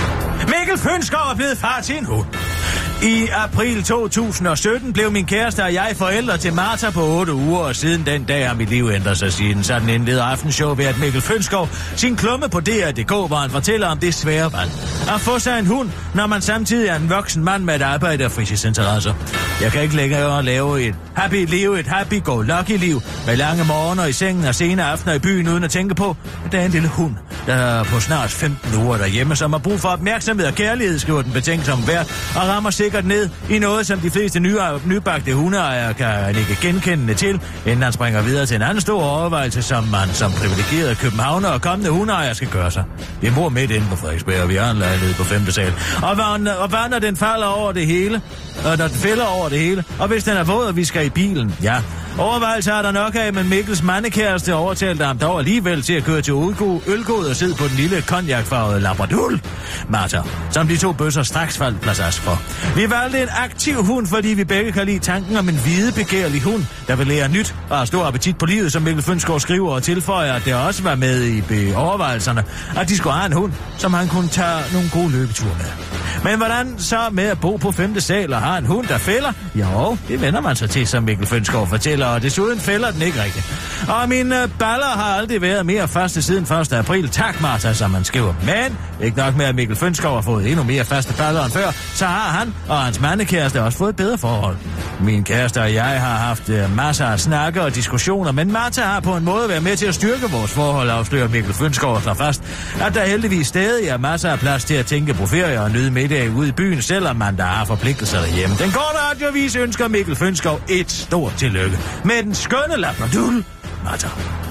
Mikkel Fønsgaard er blevet far til en hund. I april 2017 blev min kæreste og jeg forældre til Martha på 8 uger, og siden den dag har mit liv ændret sig siden. Sådan indleder aftenshow ved, at Mikkel Fønsgaard sin klumme på DR.dk, hvor han fortæller om det svære valg at få sig en hund, når man samtidig er en voksen mand med et arbejde og fritidsinteresser. Jeg kan ikke længere lave et happy-go-lucky-liv med lange morgener i sengen og sene aftener i byen, uden at tænke på, at der er en lille hund, der er på snart 15 uger derhjemme, som har brug for opmærksomhed og kærlighed, skriver den betænksomme vært, og rammer sikkert ned i noget, som de fleste nybagte hundeejere kan ikke genkende til, inden han springer videre til en anden stor overvejelse, som man som privilegeret københavner og kommende hundeejer skal gøre sig. Vi bor midt inde på Frederiksberg, og vi har en lejlighed på 5. sal. Og når den falder over det hele, og når den fælder over det hele, og hvis den er våd, og vi skal i bilen, ja. Overvejelser er der nok af, men Mikkels mandekæreste overtalte ham dog alligevel til at køre til ølgod og sidde på den lille konjakfarvede Labrador, Martha, som de 2 bøsser straks faldt plads for. Vi valgte en aktiv hund, fordi vi begge kan lide tanken om en hvide begærlig hund, der vil lære nyt og har stor appetit på livet, som Mikkel Fønsgaard skriver og tilføjer, at det også var med i overvejelserne, at de skulle have en hund, som han kunne tage nogle gode løbeture med. Men hvordan så med at bo på 5. sal og have en hund, der fælder? Jo, det vender man sig til, som Mikkel Fønsgaard fortæller, og desuden fælder den ikke rigtigt. Og mine baller har aldrig været mere faste siden 1. april. Tak, Martha, som man skriver. Men ikke nok med, at Mikkel Fønsgaard har fået endnu mere faste baller end før, så har han og hans mandekæreste også fået et bedre forhold. Min kæreste og jeg har haft masser af snakke og diskussioner, men Martha har på en måde været med til at styrke vores forhold, afslører Mikkel Fønsgaard og slår fast, at der heldigvis stadig er masser af plads til at tænke på ferie og nyde middag ude i byen, selvom man der har forpligtelser derhjemme. Den korte radioavis ønsker Mikkel Fønsgaard et stort tillykke med den skønne Labrador, Martha.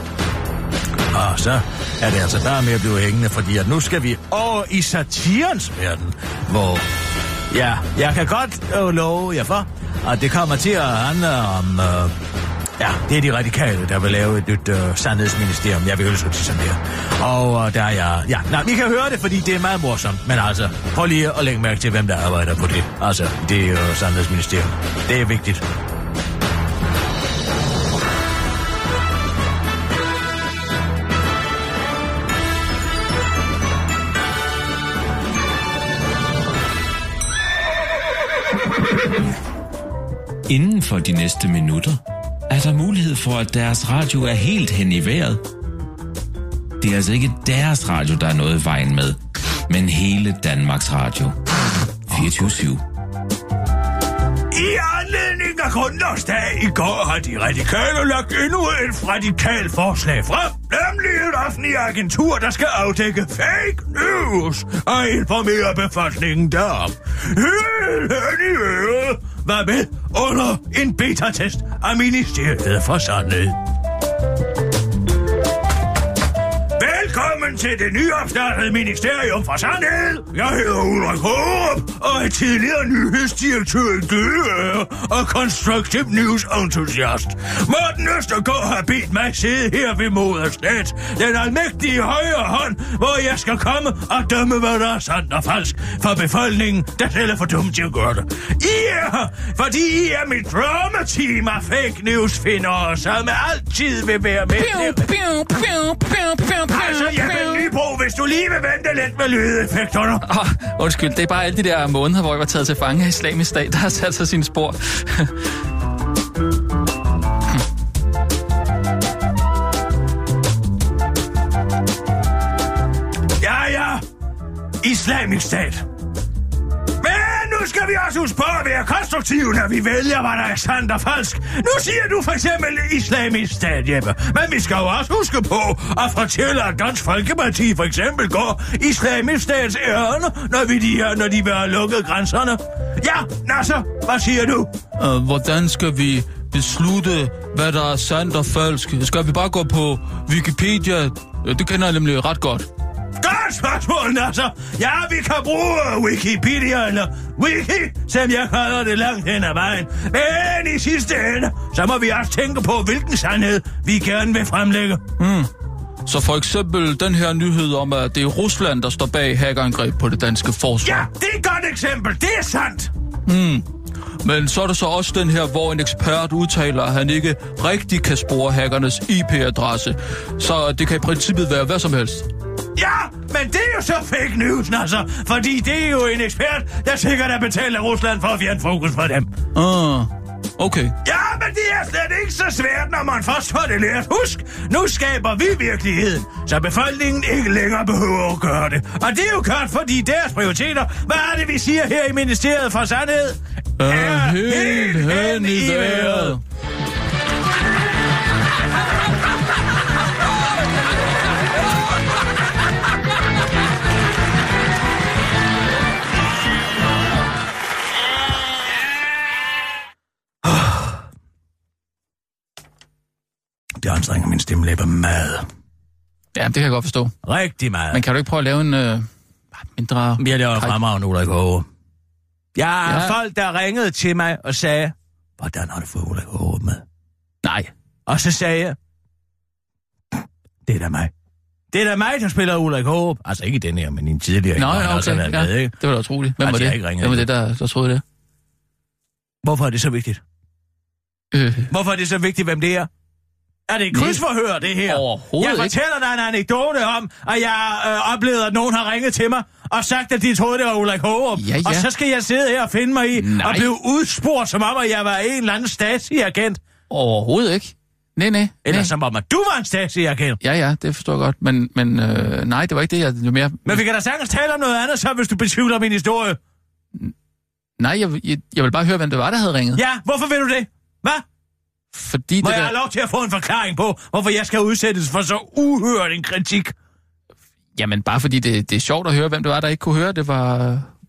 Og så er det altså bare med at blive hængende, fordi at nu skal vi over i satirens verden, hvor, ja, jeg kan godt love jer for, at det kommer til at handle om, ja, det er de radikale, der vil lave et nyt sandhedsministerium. Jeg vil ønske det sådan her. Og der er jeg, ja, nej, vi kan høre det, fordi det er meget morsomt, men altså, prøv lige at lægge mærke til, hvem der arbejder på det. Altså, det er jo sandhedsministerium. Det er vigtigt. Inden for de næste minutter er der mulighed for, at deres radio er helt hen i vejret. Det er altså ikke deres radio, der er noget i vejen med, men hele Danmarks Radio. 24/7. I anledning af Grundlovsdag i går har de radikale lagt endnu et radikalt forslag frem, nemlig et offentligt agentur, der skal afdække fake news og informere befolkningen derom. Helt hen i øret var med under en beta-test af Ministeriet for Sandhed. Velkommen til det nyopstartede Ministerium for Sandhed. Jeg hedder Ulrik Hårup og er tidligere nyhedsdirektør i GDR og Constructive News Enthusiast. Morten Østergaard har bedt mig sidde her ved moderstat, den almægtige højre hånd, hvor jeg skal komme og dømme, hvad der er sandt og falsk for befolkningen, der selv er for dumt til at gøre det. I er her, fordi I er mit drama-team af fake news-findere, som altid vil være med. Altså, jeg vil lige på, hvis du lige vil vente lidt med lydeffekterne. Undskyld, det er bare alle de der måneder, hvor jeg var taget til fange af Islamisk Stat, der har sat sig sine spor. Ja, Islamisk Stat. Men nu skal vi også huske på at være konstruktive, når vi vælger, hvad der er sandt og falsk. Nu siger du for eksempel Islamisk Stat, Jeppe. Men vi skal jo også huske på at fortælle, at Dansk Folkeparti for eksempel går Islamisk Stats ærende, når de vil have lukket grænserne. Ja, Nasser, hvad siger du? Hvordan skal vi beslutte, hvad der er sandt og falsk? Skal vi bare gå på Wikipedia? Det kender jeg nemlig ret godt. Godt spørgsmål, Nasser. Ja, vi kan bruge Wikipedia, eller Wiki, som jeg kalder det langt hen ad vejen. Men i sidste ende, så må vi også tænke på, hvilken sandhed vi gerne vil fremlægge. Så for eksempel den her nyhed om, at det er Rusland, der står bag hackerangreb på det danske forsvar. Ja, det er et godt eksempel. Det er sandt. Men så er der så også den her, hvor en ekspert udtaler, at han ikke rigtig kan spore hackernes IP-adresse. Så det kan i princippet være hvad som helst. Ja, men det er jo så fake news, altså. Fordi det er jo en ekspert, der sikkert er betalt af Rusland for at fjerne fokus fra dem. Okay. Ja, men det er slet ikke så svært, når man først får det lært. Husk, nu skaber vi virkeligheden, så befolkningen ikke længere behøver at gøre det. Og det er jo godt, fordi deres prioriteter, hvad er det, vi siger her i Ministeriet for Sandhed? Er helt hen i vejret. Det anstrænger min stemmelæber meget. Ja, det kan jeg godt forstå. Rigtig meget. Men kan du ikke prøve at lave en mindre... Jeg laver fremragende Ulrik Håge. Jeg har folk, der ringede til mig og sagde, hvordan har du fået Ulrik Håge med? Nej. Og så sagde jeg, det er da mig. Det er da mig, der spiller Ulrik Håge. Altså ikke den her, men en tidligere. Nå, okay. Med, ikke? Det var da utroligt. Hvem var det? Hvem var det, der troede det? Hvorfor er det så vigtigt? Hvorfor er det så vigtigt, hvem det er? Er det et krydsforhør, det her? Overhovedet Jeg fortæller dig en anekdote om, at jeg oplevede, at nogen har ringet til mig og sagt, at de troede, det var Ulrik Hågerup. Ja. Og så skal jeg sidde her og finde mig i og blive udspurgt, som om, at jeg var en eller anden Stasi-agent. Overhovedet ikke. Nej. Eller som om, at du var en Stasi-agent. Ja, det forstår jeg godt. Men nej, det var ikke det, jeg... Det mere... Men vi kan da sagtens tale om noget andet, så hvis du betvivler min historie. Nej, jeg vil bare høre, hvem det var, der havde ringet. Ja, hvorfor vil du det? Hvad? Fordi må jeg have lov til at få en forklaring på, hvorfor jeg skal udsættes for så uhørt en kritik? Jamen, bare fordi det er sjovt at høre, hvem det var, der ikke kunne høre. Det var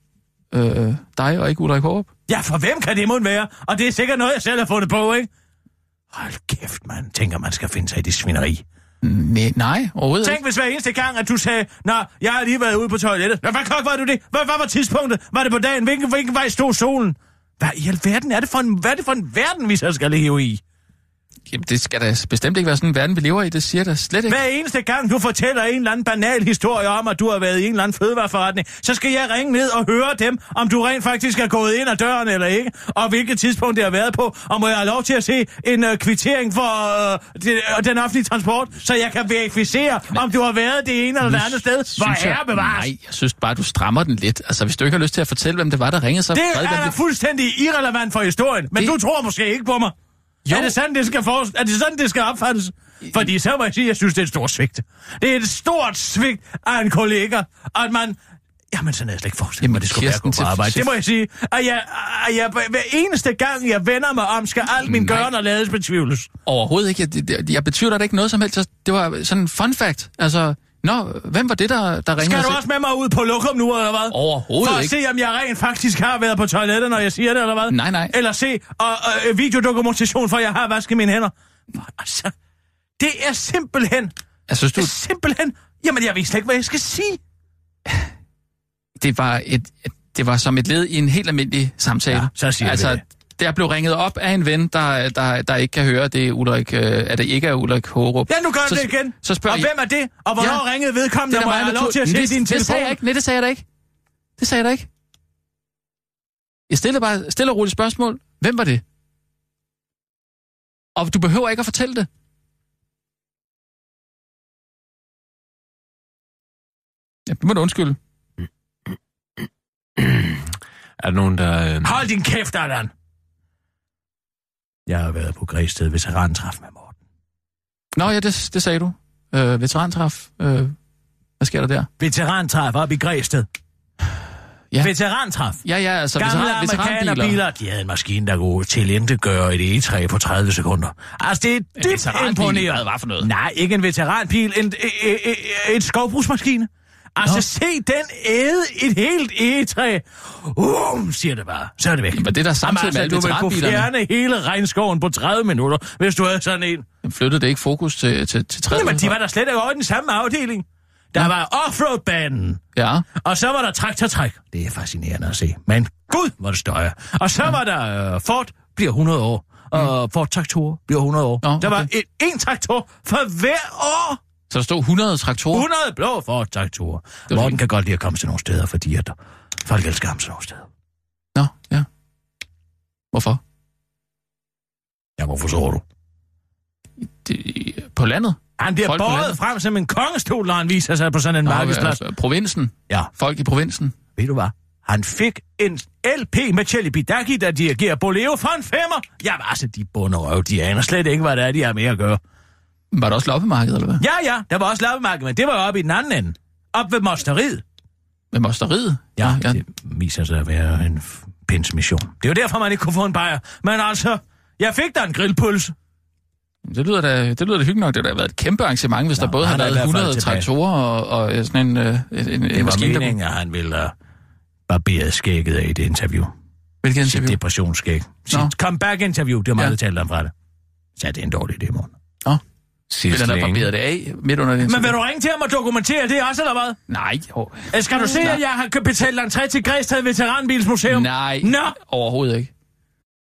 dig og ikke Ulrik Hågerup. Ja, for hvem kan det måtte være? Og det er sikkert noget, jeg selv har fundet på, ikke? Hold kæft, man. Tænker, man skal finde sig i det svineri. Nej, overhovedet Tænk, hvis hver eneste gang, at du sagde, nå, jeg har lige været ude på toilettet. Hvad klokken var du det? Hvad var tidspunktet? Var det på dagen? Hvilken vej stod solen? Hvad i alverden er det for en verden, vi så skal leve i? Jamen, det skal da bestemt ikke være sådan en verden, vi lever i. Det siger der slet ikke. Hver eneste gang, du fortæller en eller anden banal historie om, at du har været i en eller anden fødevareforretning, så skal jeg ringe ned og høre dem, om du rent faktisk er gået ind ad døren eller ikke, og hvilket tidspunkt det har været på, og må jeg have lov til at se en kvittering for den offentlige transport, så jeg kan verificere, om du har været det ene eller det andet sted. Hvor er bevares? Nej, jeg synes bare, du strammer den lidt. Altså, hvis du ikke har lyst til at fortælle, hvem det var, der ringede, så... Det er fuldstændig irrelevant for historien, men du tror måske ikke på mig. Jo. Er det sådan, det skal opfattes? Fordi så må jeg sige, at jeg synes, det er et stort svigt. Det er et stort svigt af en kollega, at man... Jamen, sådan er jeg slet ikke forestillet mig, det skulle være gå på arbejde. Det må jeg sige. At jeg hver eneste gang, jeg vender mig om, skal alt min gøren og lades betvivles. Overhovedet ikke. Jeg betvivler da ikke noget som helst. Det var sådan en fun fact. Altså... hvem var det, der ringede? Skal du også med mig ud på lokum nu, eller hvad? Overhovedet ikke. For at se, om jeg rent faktisk har været på toilettet, når jeg siger det, eller hvad? Nej. Eller se videodokumentation for, at jeg har vasket mine hænder. Altså, det er simpelthen... Jeg synes, du... Simpelthen... Jamen, jeg ved slet ikke, hvad jeg skal sige. Det var som et led i en helt almindelig samtale. Ja, så siger vi det. Der blev ringet op af en ven, der ikke kan høre, det er Ulrik, at det ikke er Ulrik Hågerup. Ja, nu gør det igen. Så spørger og hvem er det? Og hvornår ringede vedkommende, der må jeg have lov til at se din telefon? Det sagde jeg ikke. Nej, det sagde jeg da ikke. Jeg stiller bare stille og roligt spørgsmål. Hvem var det? Og du behøver ikke at fortælle det. Ja, det må du undskylde. Er der nogen, der... Hold din kæft, Allan! Jeg har været på Græsted veterantræf med Morten. Nå ja, det sagde du. Veterantræf. Hvad sker der der? Veterantræf op i Græsted. Ja. Veterantræf. Ja, altså gamle amerikanerbiler. De havde en maskine, der kunne tilintetgøre et E3 på 30 sekunder. Altså, det er dybt imponerende. Hvad for noget? Nej, ikke en veteranbil. En skovbrugsmaskine. Altså, se den æde et helt egetræ. Siger det bare. Så er det væk. Men det der samtidig med alle veteranbilerne. Du ville kunne fjerne hele regnskoven på 30 minutter, hvis du havde sådan en. Den flyttede det ikke fokus til 30 Jamen, de var der slet ikke over i den samme afdeling. Der var offroad-banen. Ja. Og så var der traktortræk. Det er fascinerende at se. Men gud, hvor det støjer. Og så var der Ford bliver 100 år. Og Ford traktorer bliver 100 år. Okay. Der var en traktor for hver år. Så der stod 100 traktorer? 100 blå Ford-traktorer. Morten kan godt lide at komme til nogle steder, fordi at folk elsker ham til nogle steder. Nå, ja. Hvorfor? Ja, hvorfor så du? På landet? Han bliver båret frem som en kongestol, når han viser sig på sådan en markedsplads. Altså, provinsen. Ja. Folk i provinsen. Ved du hvad? Han fik en LP med Chelly Bidaki, der dirigerer Bolero for en 5'er. Jamen altså, de bunderøv, de aner slet ikke, hvad det er, de har med at gøre. Var der også loppemarked, eller hvad? Ja, der var også loppemarked, men det var jo oppe i den anden ende. Op ved mosteriet. Ved mosteriet? Ja, det viser sig at være en pinsmission. Det er jo derfor, man ikke kunne få en bajer. Men altså, jeg fik da en grillpølse. Det lyder da hyggeligt nok. Det har været et kæmpe arrangement, hvis der både har været 100 traktorer og sådan en det var meningen, at han ville barbere skægget af i det interview. Hvilket interview? Sit depressionsskæg. Sit comeback-interview, det var meget talt om fra det. Så det er en dårlig idé, morgen. Nå. Vil han have barberet det af midt under det interview? Men vil du ringe til ham og dokumentere det også, eller hvad? Nej. Skal du se, at jeg har betalt entré til Græsted Veteranbilsmuseum? Nej, overhovedet ikke.